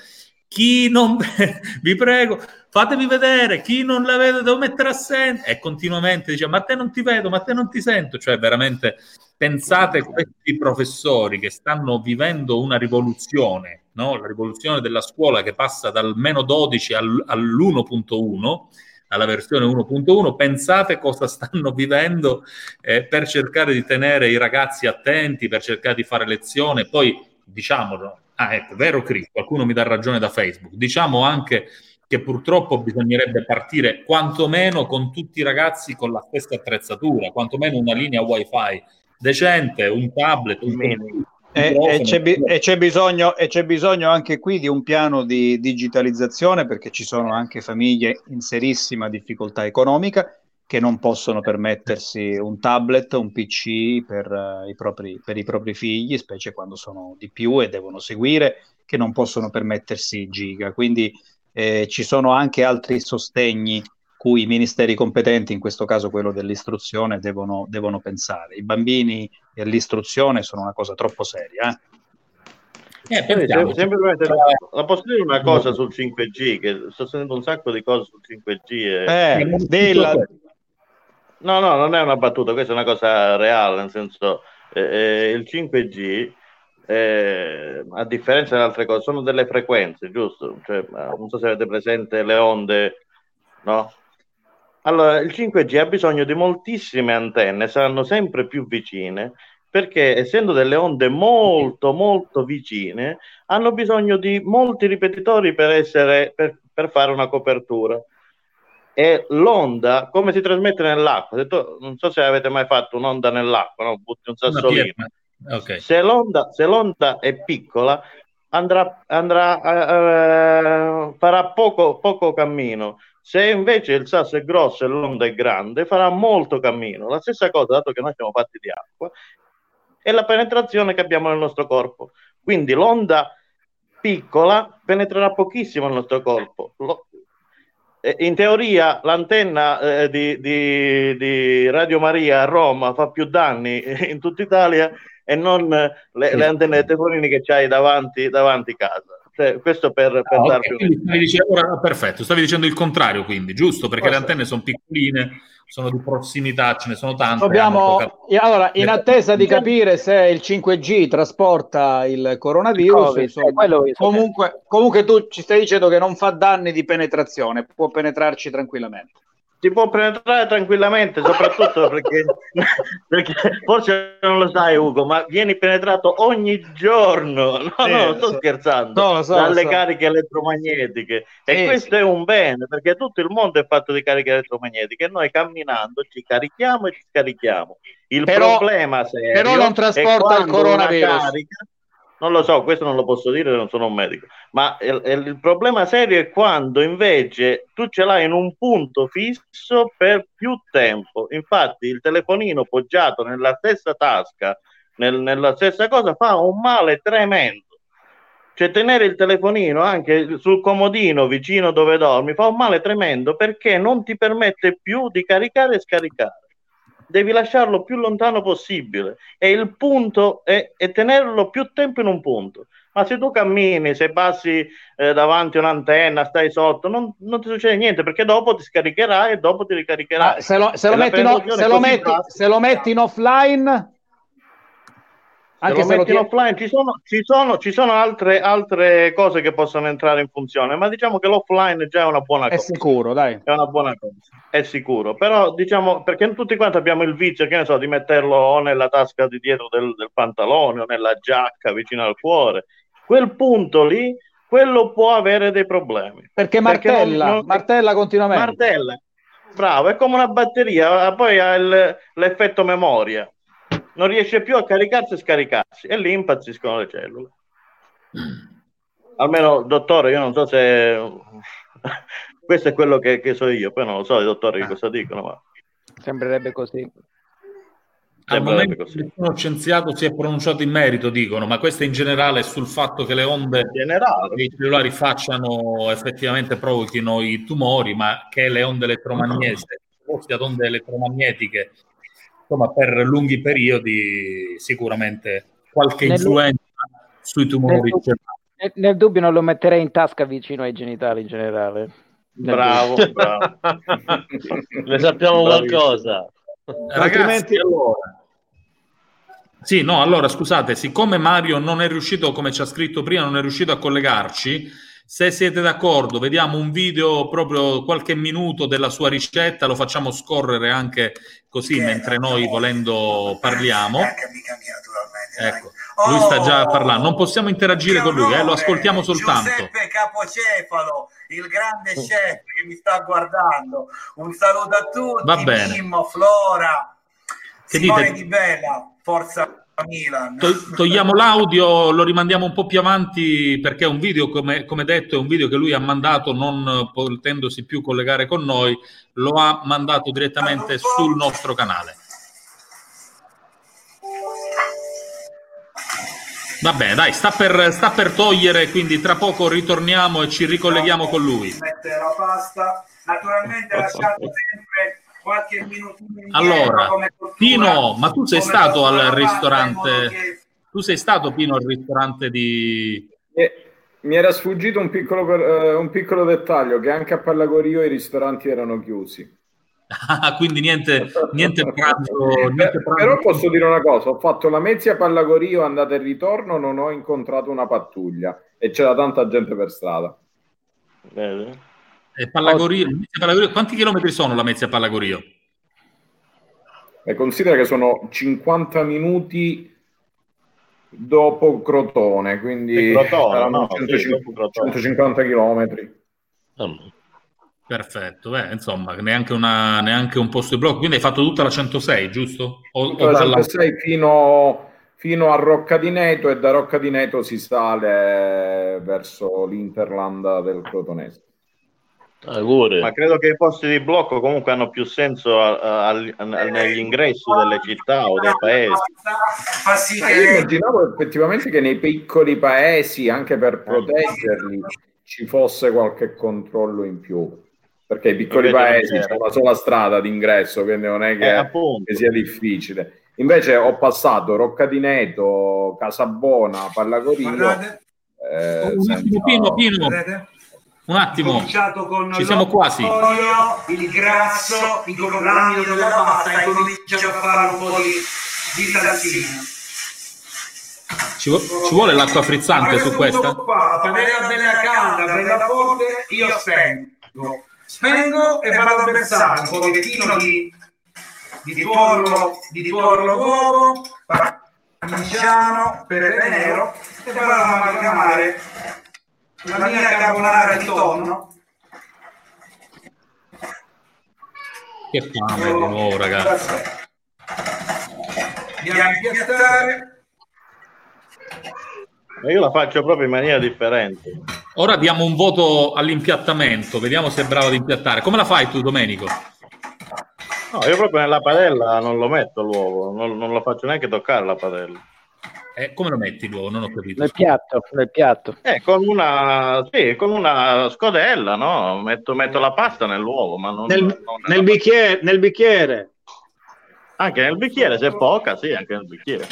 vi prego, fatemi vedere, chi non la vede devo mettere assente, e continuamente diceva: ma a te non ti vedo, ma a te non ti sento. Cioè veramente pensate, questi professori che stanno vivendo una rivoluzione, no? La rivoluzione della scuola che passa dal -12 all'1.1, alla versione 1.1, pensate cosa stanno vivendo per cercare di tenere i ragazzi attenti, per cercare di fare lezione. Poi diciamolo, ecco, vero Chris, qualcuno mi dà ragione da Facebook, diciamo anche che purtroppo bisognerebbe partire quantomeno con tutti i ragazzi con la stessa attrezzatura, quantomeno una linea wifi decente, un tablet, un computer. E c'è bisogno anche qui di un piano di digitalizzazione, perché ci sono anche famiglie in serissima difficoltà economica che non possono permettersi un tablet, un PC per i propri figli, specie quando sono di più e devono seguire, che non possono permettersi giga. Quindi ci sono anche altri sostegni cui i ministeri competenti, in questo caso quello dell'istruzione, devono pensare. I bambini e l'istruzione sono una cosa troppo seria. Semplicemente la posso dire una cosa sul 5G, che sto sentendo un sacco di cose sul 5G. No, non è una battuta, questa è una cosa reale, nel senso il 5G, a differenza di altre cose, sono delle frequenze, giusto? Cioè, non so se avete presente le onde, no? Allora, il 5G ha bisogno di moltissime antenne, saranno sempre più vicine, perché essendo delle onde molto molto vicine, hanno bisogno di molti ripetitori per fare una copertura. E l'onda, come si trasmette nell'acqua? Non so se avete mai fatto un'onda nell'acqua, no? Butti un sassolino. Okay. Se l'onda è piccola, farà poco cammino. Se invece il sasso è grosso e l'onda è grande, farà molto cammino. La stessa cosa, dato che noi siamo fatti di acqua, è la penetrazione che abbiamo nel nostro corpo. Quindi l'onda piccola penetrerà pochissimo nel nostro corpo. In teoria l'antenna di Radio Maria a Roma fa più danni in tutta Italia e non le antenne dei telefonini che c'hai davanti casa. Cioè, questo per darvi perfetto, stavi dicendo il contrario, quindi, giusto? Perché le antenne sono piccoline, sono di prossimità, ce ne sono tante. Allora, in attesa di capire se il 5G trasporta il coronavirus, comunque tu ci stai dicendo che non fa danni di penetrazione, può penetrarci tranquillamente. Si può penetrare tranquillamente, soprattutto perché forse non lo sai, Ugo, ma vieni penetrato ogni giorno. Non sto scherzando, dalle cariche elettromagnetiche. E questo è un bene, perché tutto il mondo è fatto di cariche elettromagnetiche e noi camminando ci carichiamo e ci scarichiamo. Problema serio però non trasporta il coronavirus. Non lo so, questo non lo posso dire, non sono un medico, ma il problema serio è quando invece tu ce l'hai in un punto fisso per più tempo. Infatti il telefonino poggiato nella stessa tasca, nella stessa cosa, fa un male tremendo. Cioè tenere il telefonino anche sul comodino vicino dove dormi fa un male tremendo, perché non ti permette più di caricare e scaricare. Devi lasciarlo più lontano possibile e il punto è tenerlo più tempo in un punto. Ma se tu cammini, se passi davanti a un'antenna, stai sotto, non ti succede niente, perché dopo ti scaricherai e dopo ti ricaricherai. Se lo metti in offline, anche se lo metti in offline, ci sono altre cose che possono entrare in funzione, ma diciamo che l'offline già è una buona cosa. È sicuro, dai. È una buona cosa, è sicuro. Però diciamo, perché tutti quanti abbiamo il vizio, che ne so, di metterlo o nella tasca di dietro del pantalone o nella giacca vicino al cuore. Quel punto lì, quello può avere dei problemi. Perché martella continuamente. Martella, bravo, è come una batteria, poi ha l'effetto memoria. Non riesce più a caricarsi e scaricarsi e lì impazziscono le cellule. Almeno, dottore, io non so se questo è quello che so io, poi non lo so i dottori cosa dicono, ma sembrerebbe così. Al momento nessuno scienziato si è pronunciato in merito, dicono, ma questo in generale sul fatto che le onde dei cellulari effettivamente provochino i tumori, ma che le onde elettromagnetiche, posti ad onde elettromagnetiche, insomma, per lunghi periodi sicuramente qualche influenza sui tumori. Nel dubbio non lo metterei in tasca vicino ai genitali in generale. Bravo. Ne sappiamo qualcosa. Ragazzi, allora scusate, siccome Mario non è riuscito, come ci ha scritto prima, non è riuscito a collegarci, se siete d'accordo vediamo un video, proprio qualche minuto della sua ricetta, lo facciamo scorrere anche così mentre noi volendo parliamo. Ecco, lui sta già parlando, non possiamo interagire con lui, lo ascoltiamo soltanto. Giuseppe Capocefalo, il grande chef che mi sta guardando, un saluto a tutti. Va bene. Mimmo, Flora, Che Simone dite? Di Bella, forza Milan. Togliamo l'audio, lo rimandiamo un po' più avanti, perché è un video, come detto, è un video che lui ha mandato, non potendosi più collegare con noi, lo ha mandato direttamente sul nostro canale. Va bene, dai, sta per togliere, quindi tra poco ritorniamo e ci ricolleghiamo con lui. Mettere la pasta, naturalmente lasciate sempre qualche minutino indietro. Allora, Pino, ma tu sei stato al ristorante? Tu sei stato, Pino, al ristorante di... Mi era sfuggito un piccolo dettaglio, che anche a Pallagorio i ristoranti erano chiusi. Quindi niente pranzo. Però posso dire una cosa, ho fatto la Mezia Pallagorio andata e ritorno, non ho incontrato una pattuglia e c'era tanta gente per strada. E Pallagorio, quanti chilometri sono la Mezia Pallagorio? E considera che sono 50 minuti dopo Crotone, quindi saranno 150 chilometri. Perfetto, insomma, neanche un posto di blocco. Quindi hai fatto tutta la 106, giusto? Tutta la 106 fino a Rocca di Neto, e da Rocca di Neto si sale verso l'Interland del Crotonese. Ma credo che i posti di blocco comunque hanno più senso negli ingressi delle città o dei paesi. Io immaginavo effettivamente che nei piccoli paesi, anche per proteggerli, ci fosse qualche controllo in più, perché i piccoli paesi c'è una sola strada d'ingresso, quindi non è che sia difficile. Invece ho passato Rocca di Neto, Casabona, Pallagorio. Un attimo, Pino. Un attimo, ci siamo quasi. Il grasso, il l'amido della pasta, e comincia a fare un po' di salsina. Ci vuole l'acqua frizzante su questa? Per vedere bella calda, bella forte, io spengo e vado a versare un pochettino di tuorlo d'uovo, parmigiano, pepe nero, e vado a amalgamare la mia carbonara di tonno. Che fame di nuovo, ragazzi. Andiamo a impiattare. Io la faccio proprio in maniera differente. Ora diamo un voto all'impiattamento, vediamo se è bravo ad impiattare. Come la fai tu, Domenico? No, io proprio nella padella non lo metto l'uovo, non lo faccio neanche toccare la padella. Come lo metti l'uovo? Non ho capito. Nel piatto. Con una scodella, no? Metto la pasta nell'uovo, ma non nel bicchiere. Anche nel bicchiere, se è poca, sì, anche nel bicchiere.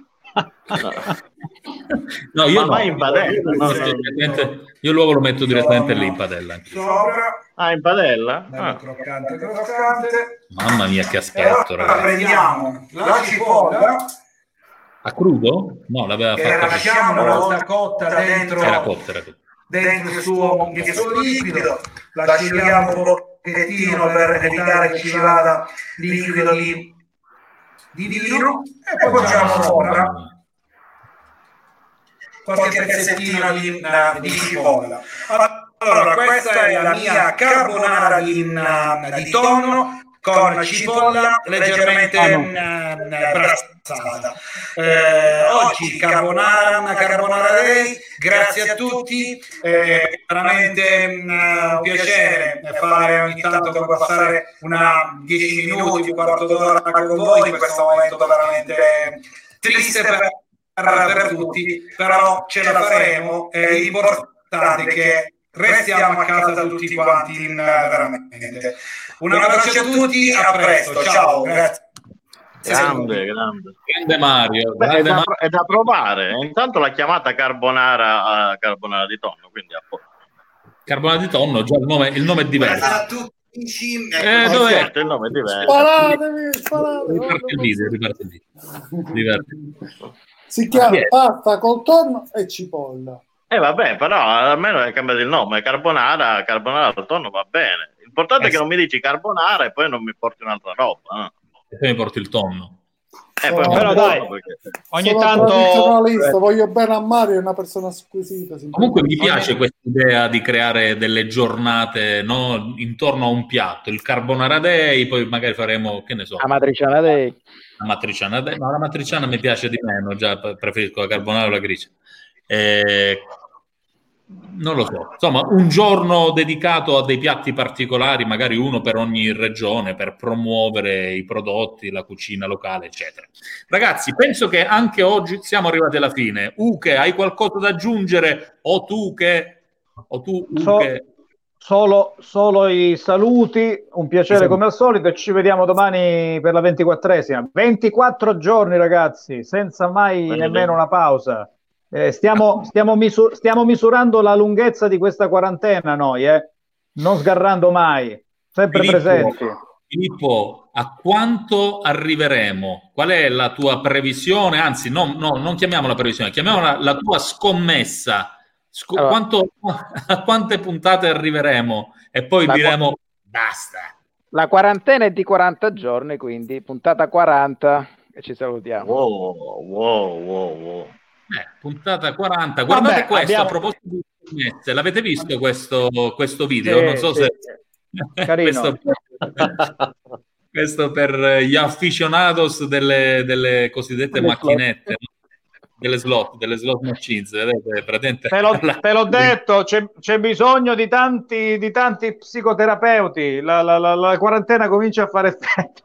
No, io ma in padella. Io l'uovo lo metto direttamente lì in padella. Sopra. In padella? Croccante. Mamma mia, che aspetto, ragazzi. Prendiamo la cipolla. A crudo? No, l'aveva fatta. Lasciamo una volta cotta dentro. Era cotta. Dentro il suo liquido. La scioliamo un pochettino per evitare che ci vada liquido di vino, e poi poggiamo sopra qualche pezzettino di cipolla. Allora, questa è la mia carbonara di tonno con cipolla leggermente brassata. Oggi una carbonara day, grazie a tutti, veramente un piacere fare ogni tanto, passare 10 minuti, un quarto d'ora con voi in questo momento veramente triste per tutti, però ce la faremo. È importante che restiamo a casa tutti quanti, veramente. Un abbraccio a tutti, a presto, ciao, grazie. Grande Mario. È da provare. Intanto l'ha chiamata carbonara di tonno, quindi a posto. Carbonara di tonno, già il nome è diverso. Dov'è? Certo, il nome è diverso. Riparte il video. Si chiama pasta col tonno e cipolla. Vabbè, però almeno hai cambiato il nome. Carbonara al tonno va bene. L'importante è che non mi dici carbonara e poi non mi porti un'altra roba. E poi mi porti il tonno. Però dai, ogni tanto tradizionalista, voglio bene a Mario, è una persona squisita. Comunque mi piace questa idea di creare delle giornate, no, intorno a un piatto, il carbonara day, poi magari faremo, che ne so, la matriciana day. La matriciana mi piace di meno, già preferisco la carbonara o la gricia. Non lo so, insomma, un giorno dedicato a dei piatti particolari, magari uno per ogni regione, per promuovere i prodotti, la cucina locale, eccetera. Ragazzi, penso che anche oggi siamo arrivati alla fine. Uche, hai qualcosa da aggiungere? O tu, Uche? Solo i saluti, un piacere come al solito e ci vediamo domani per la 24esima. 24 giorni, ragazzi, senza mai nemmeno una pausa. Stiamo misurando la lunghezza di questa quarantena noi, non sgarrando mai, sempre presenti. Filippo, a quanto arriveremo? Qual è la tua previsione? Anzi, non chiamiamola previsione, chiamiamola la tua scommessa. A quante puntate arriveremo? E poi diremo basta. La quarantena è di 40 giorni, quindi puntata 40 e ci salutiamo. Wow. Puntata 40. Guardate questo, a proposito di scommesse, l'avete visto questo video? Sì, non so sì. se questo per gli aficionados delle cosiddette macchinette, delle slot machines, vedete? Te l'ho detto, c'è bisogno di tanti psicoterapeuti. La quarantena comincia a fare effetto.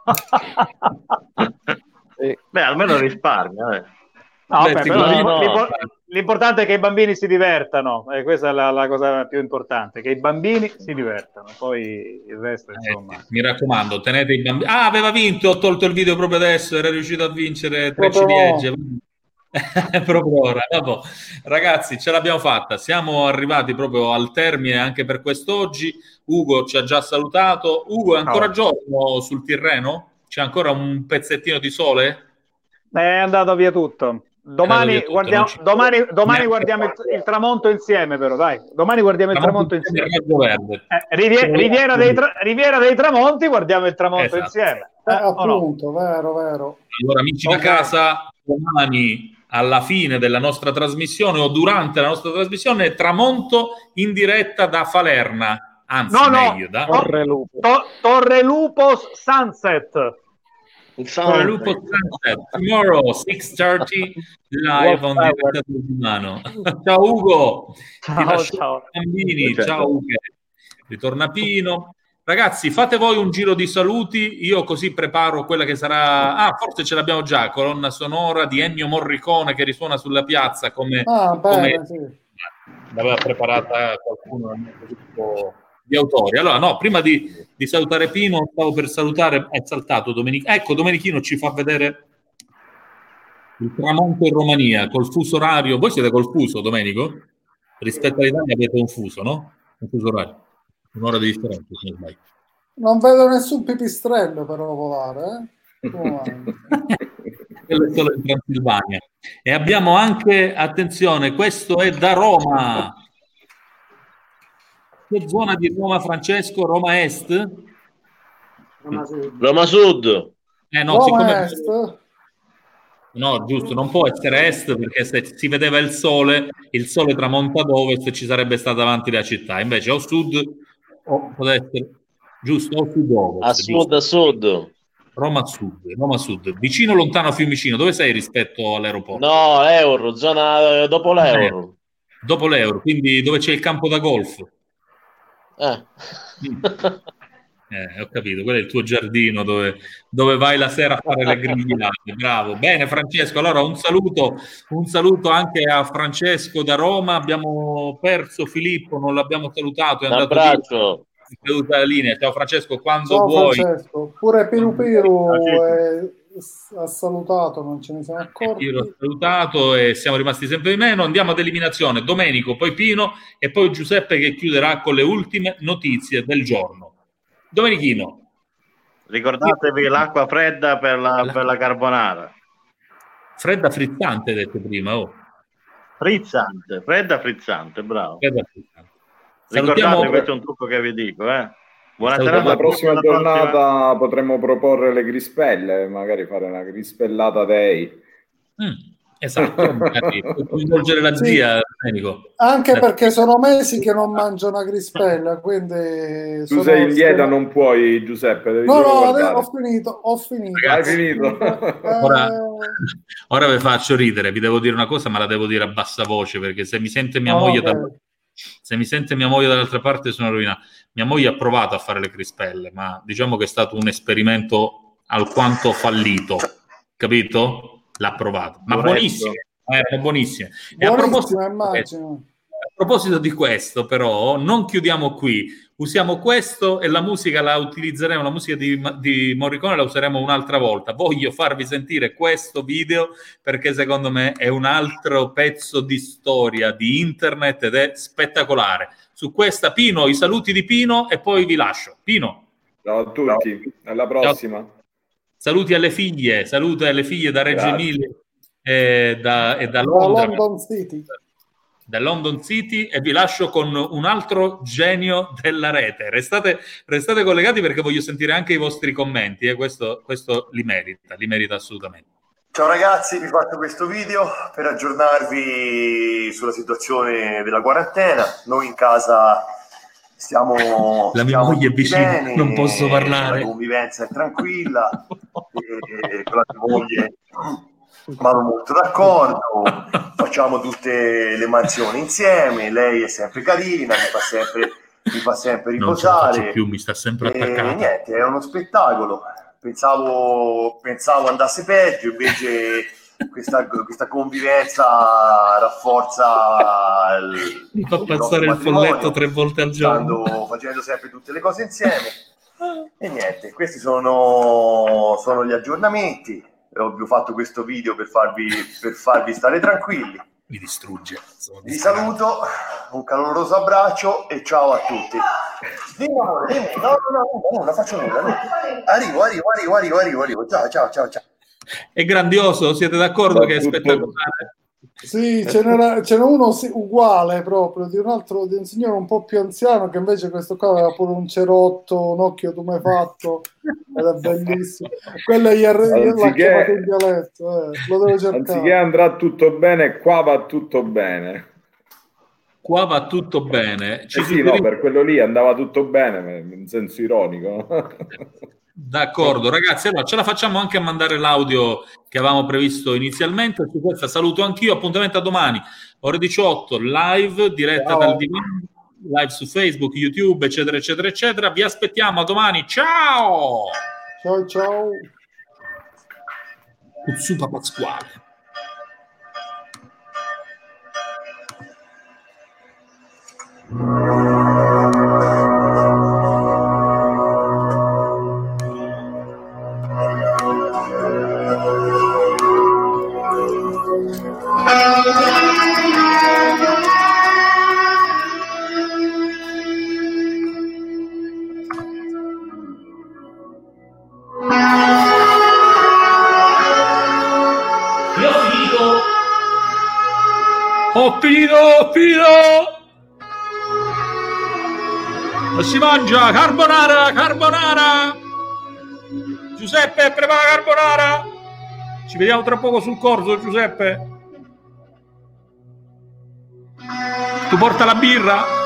Beh, almeno risparmia. L'importante è che i bambini si divertano, e questa è la cosa più importante, che i bambini si divertano, poi il resto insomma. Mi raccomando, tenete i bambini. Aveva vinto, ho tolto il video proprio adesso, era riuscito a vincere 3 ciliegie. Proprio ora. Vabbè. Ragazzi, ce l'abbiamo fatta, siamo arrivati proprio al termine anche per quest'oggi. Ugo ci ha già salutato. Ugo, è ancora giorno sul Tirreno? C'è ancora un pezzettino di sole? È andato via tutto. Domani guardiamo il tramonto insieme, però dai. Domani guardiamo il tramonto insieme. Riviera dei Tramonti, guardiamo il tramonto insieme. Appunto, vero. Allora, amici da casa, domani alla fine della nostra trasmissione o durante la nostra trasmissione, tramonto in diretta da Falerna. Anzi, meglio, da Torre Lupos Sunset. Tomorrow 6:30 live on diretta del Dimano. Ciao Ugo, ciao bambini, ciao Ugo. Ritorna Pino. Ragazzi, fate voi un giro di saluti, io così preparo quella che sarà forse ce l'abbiamo già, colonna sonora di Ennio Morricone che risuona sulla piazza come l'aveva preparata qualcuno nel mio gruppo di autori. Allora, no, prima di salutare Pino, stavo per salutare, è saltato Domenichino. Ecco, Domenichino ci fa vedere il tramonto in Romania, col fuso orario. Voi siete col fuso, Domenico? Rispetto all'Italia avete un fuso, no? Un fuso orario. Un'ora di differenza, se non sbaglio. Non vedo nessun pipistrello però volare, Quello è solo in Transilvania. E abbiamo anche, attenzione, questo è da Roma. Che zona di Roma, Francesco? Roma Est? Roma Sud. No, siccome... No, giusto, non può essere est perché se si vedeva il sole tramonta ad ovest e ci sarebbe stata davanti la città. Invece o sud o può essere giusto o sud-ovest. A sud. Roma Sud. Vicino o lontano a Fiumicino? Dove sei rispetto all'aeroporto? No, Euro, zona dopo l'Euro. Dopo l'Euro, quindi dove c'è il campo da golf? Ho capito, quello è il tuo giardino dove vai la sera a fare le grigliate. Bravo, bene Francesco. Allora un saluto anche a Francesco da Roma. Abbiamo perso Filippo, non l'abbiamo salutato, è andato abbraccio. Saluta la linea. Ciao Francesco, quando ciao, vuoi. Francesco. Pure Piru ha salutato, non ce ne siamo accorti. Io l'ho salutato e siamo rimasti sempre di meno. Andiamo ad eliminazione. Domenico, poi Pino e poi Giuseppe che chiuderà con le ultime notizie del giorno. Domenichino. Ricordatevi l'acqua fredda per la carbonara. Fredda frizzante, hai detto prima. Fredda frizzante, bravo. Fredda frizzante. Ricordate, questo è un trucco che vi dico, Buonasera. La prossima giornata potremmo proporre le grispelle, magari fare una grispellata day. Esatto, coinvolgere la zia, Domenico. Anche perché sono mesi che non mangio una grispella, quindi tu sei in dieta, non puoi, Giuseppe. Devi ho finito. Hai finito. Ora vi faccio ridere, vi devo dire una cosa, ma la devo dire a bassa voce perché se mi sente mia moglie Se mi sente mia moglie dall'altra parte sono rovinato. Mia moglie ha provato a fare le crispelle, ma diciamo che è stato un esperimento alquanto fallito, capito? L'ha provato, ma buonissime, erano buonissime. E a proposito di questo, però, non chiudiamo qui. Usiamo questo e la musica la utilizzeremo, la musica di Morricone la useremo un'altra volta. Voglio farvi sentire questo video perché secondo me è un altro pezzo di storia di internet ed è spettacolare. Su questa, Pino, i saluti di Pino e poi vi lascio. Pino. Ciao a tutti, alla prossima. Ciao. Saluti alle figlie da Reggio Emilia e da Londra. Da London City, e vi lascio con un altro genio della rete. Restate collegati perché voglio sentire anche i vostri commenti, questo li merita assolutamente. Ciao ragazzi, vi faccio questo video per aggiornarvi sulla situazione della quarantena. Noi in casa stiamo mia moglie è vicina, bene, non posso parlare. La convivenza è tranquilla, e con la moglie vado molto d'accordo, facciamo tutte le mansioni insieme, lei è sempre carina, mi fa sempre riposare. Non più, mi sta sempre attaccando. Niente, è uno spettacolo. Pensavo andasse peggio, invece questa convivenza rafforza mi fa passare il folletto 3 volte al giorno, facendo sempre tutte le cose insieme. E niente, questi sono gli aggiornamenti. Vi ho fatto questo video per farvi stare tranquilli. Mi distrugge. Vi saluto, un caloroso abbraccio e ciao a tutti. No, non faccio nulla. No. Arrivo. Ciao. È grandioso, siete d'accordo che è spettacolare? Sì, ce n'era uno uguale proprio di un signore un po' più anziano che invece questo qua aveva pure un cerotto, un occhio tumefatto, era bellissimo. Quello l'ha chiamato in dialetto, lo devo cercare. Anziché andrà tutto bene, qua va tutto bene. Qua va tutto bene. No, per quello lì andava tutto bene, in senso ironico. D'accordo, ragazzi, allora ce la facciamo anche a mandare l'audio che avevamo previsto inizialmente. Su questa saluto anch'io, appuntamento a domani, ore 18, live, diretta dal divano, live su Facebook, YouTube, eccetera, eccetera, eccetera. Vi aspettiamo a domani, ciao! Ciao! Cuzzupa Pasquale. Ho finito! Si mangia carbonara! Giuseppe, prepara carbonara! Ci vediamo tra poco sul corso, Giuseppe. Tu porta la birra?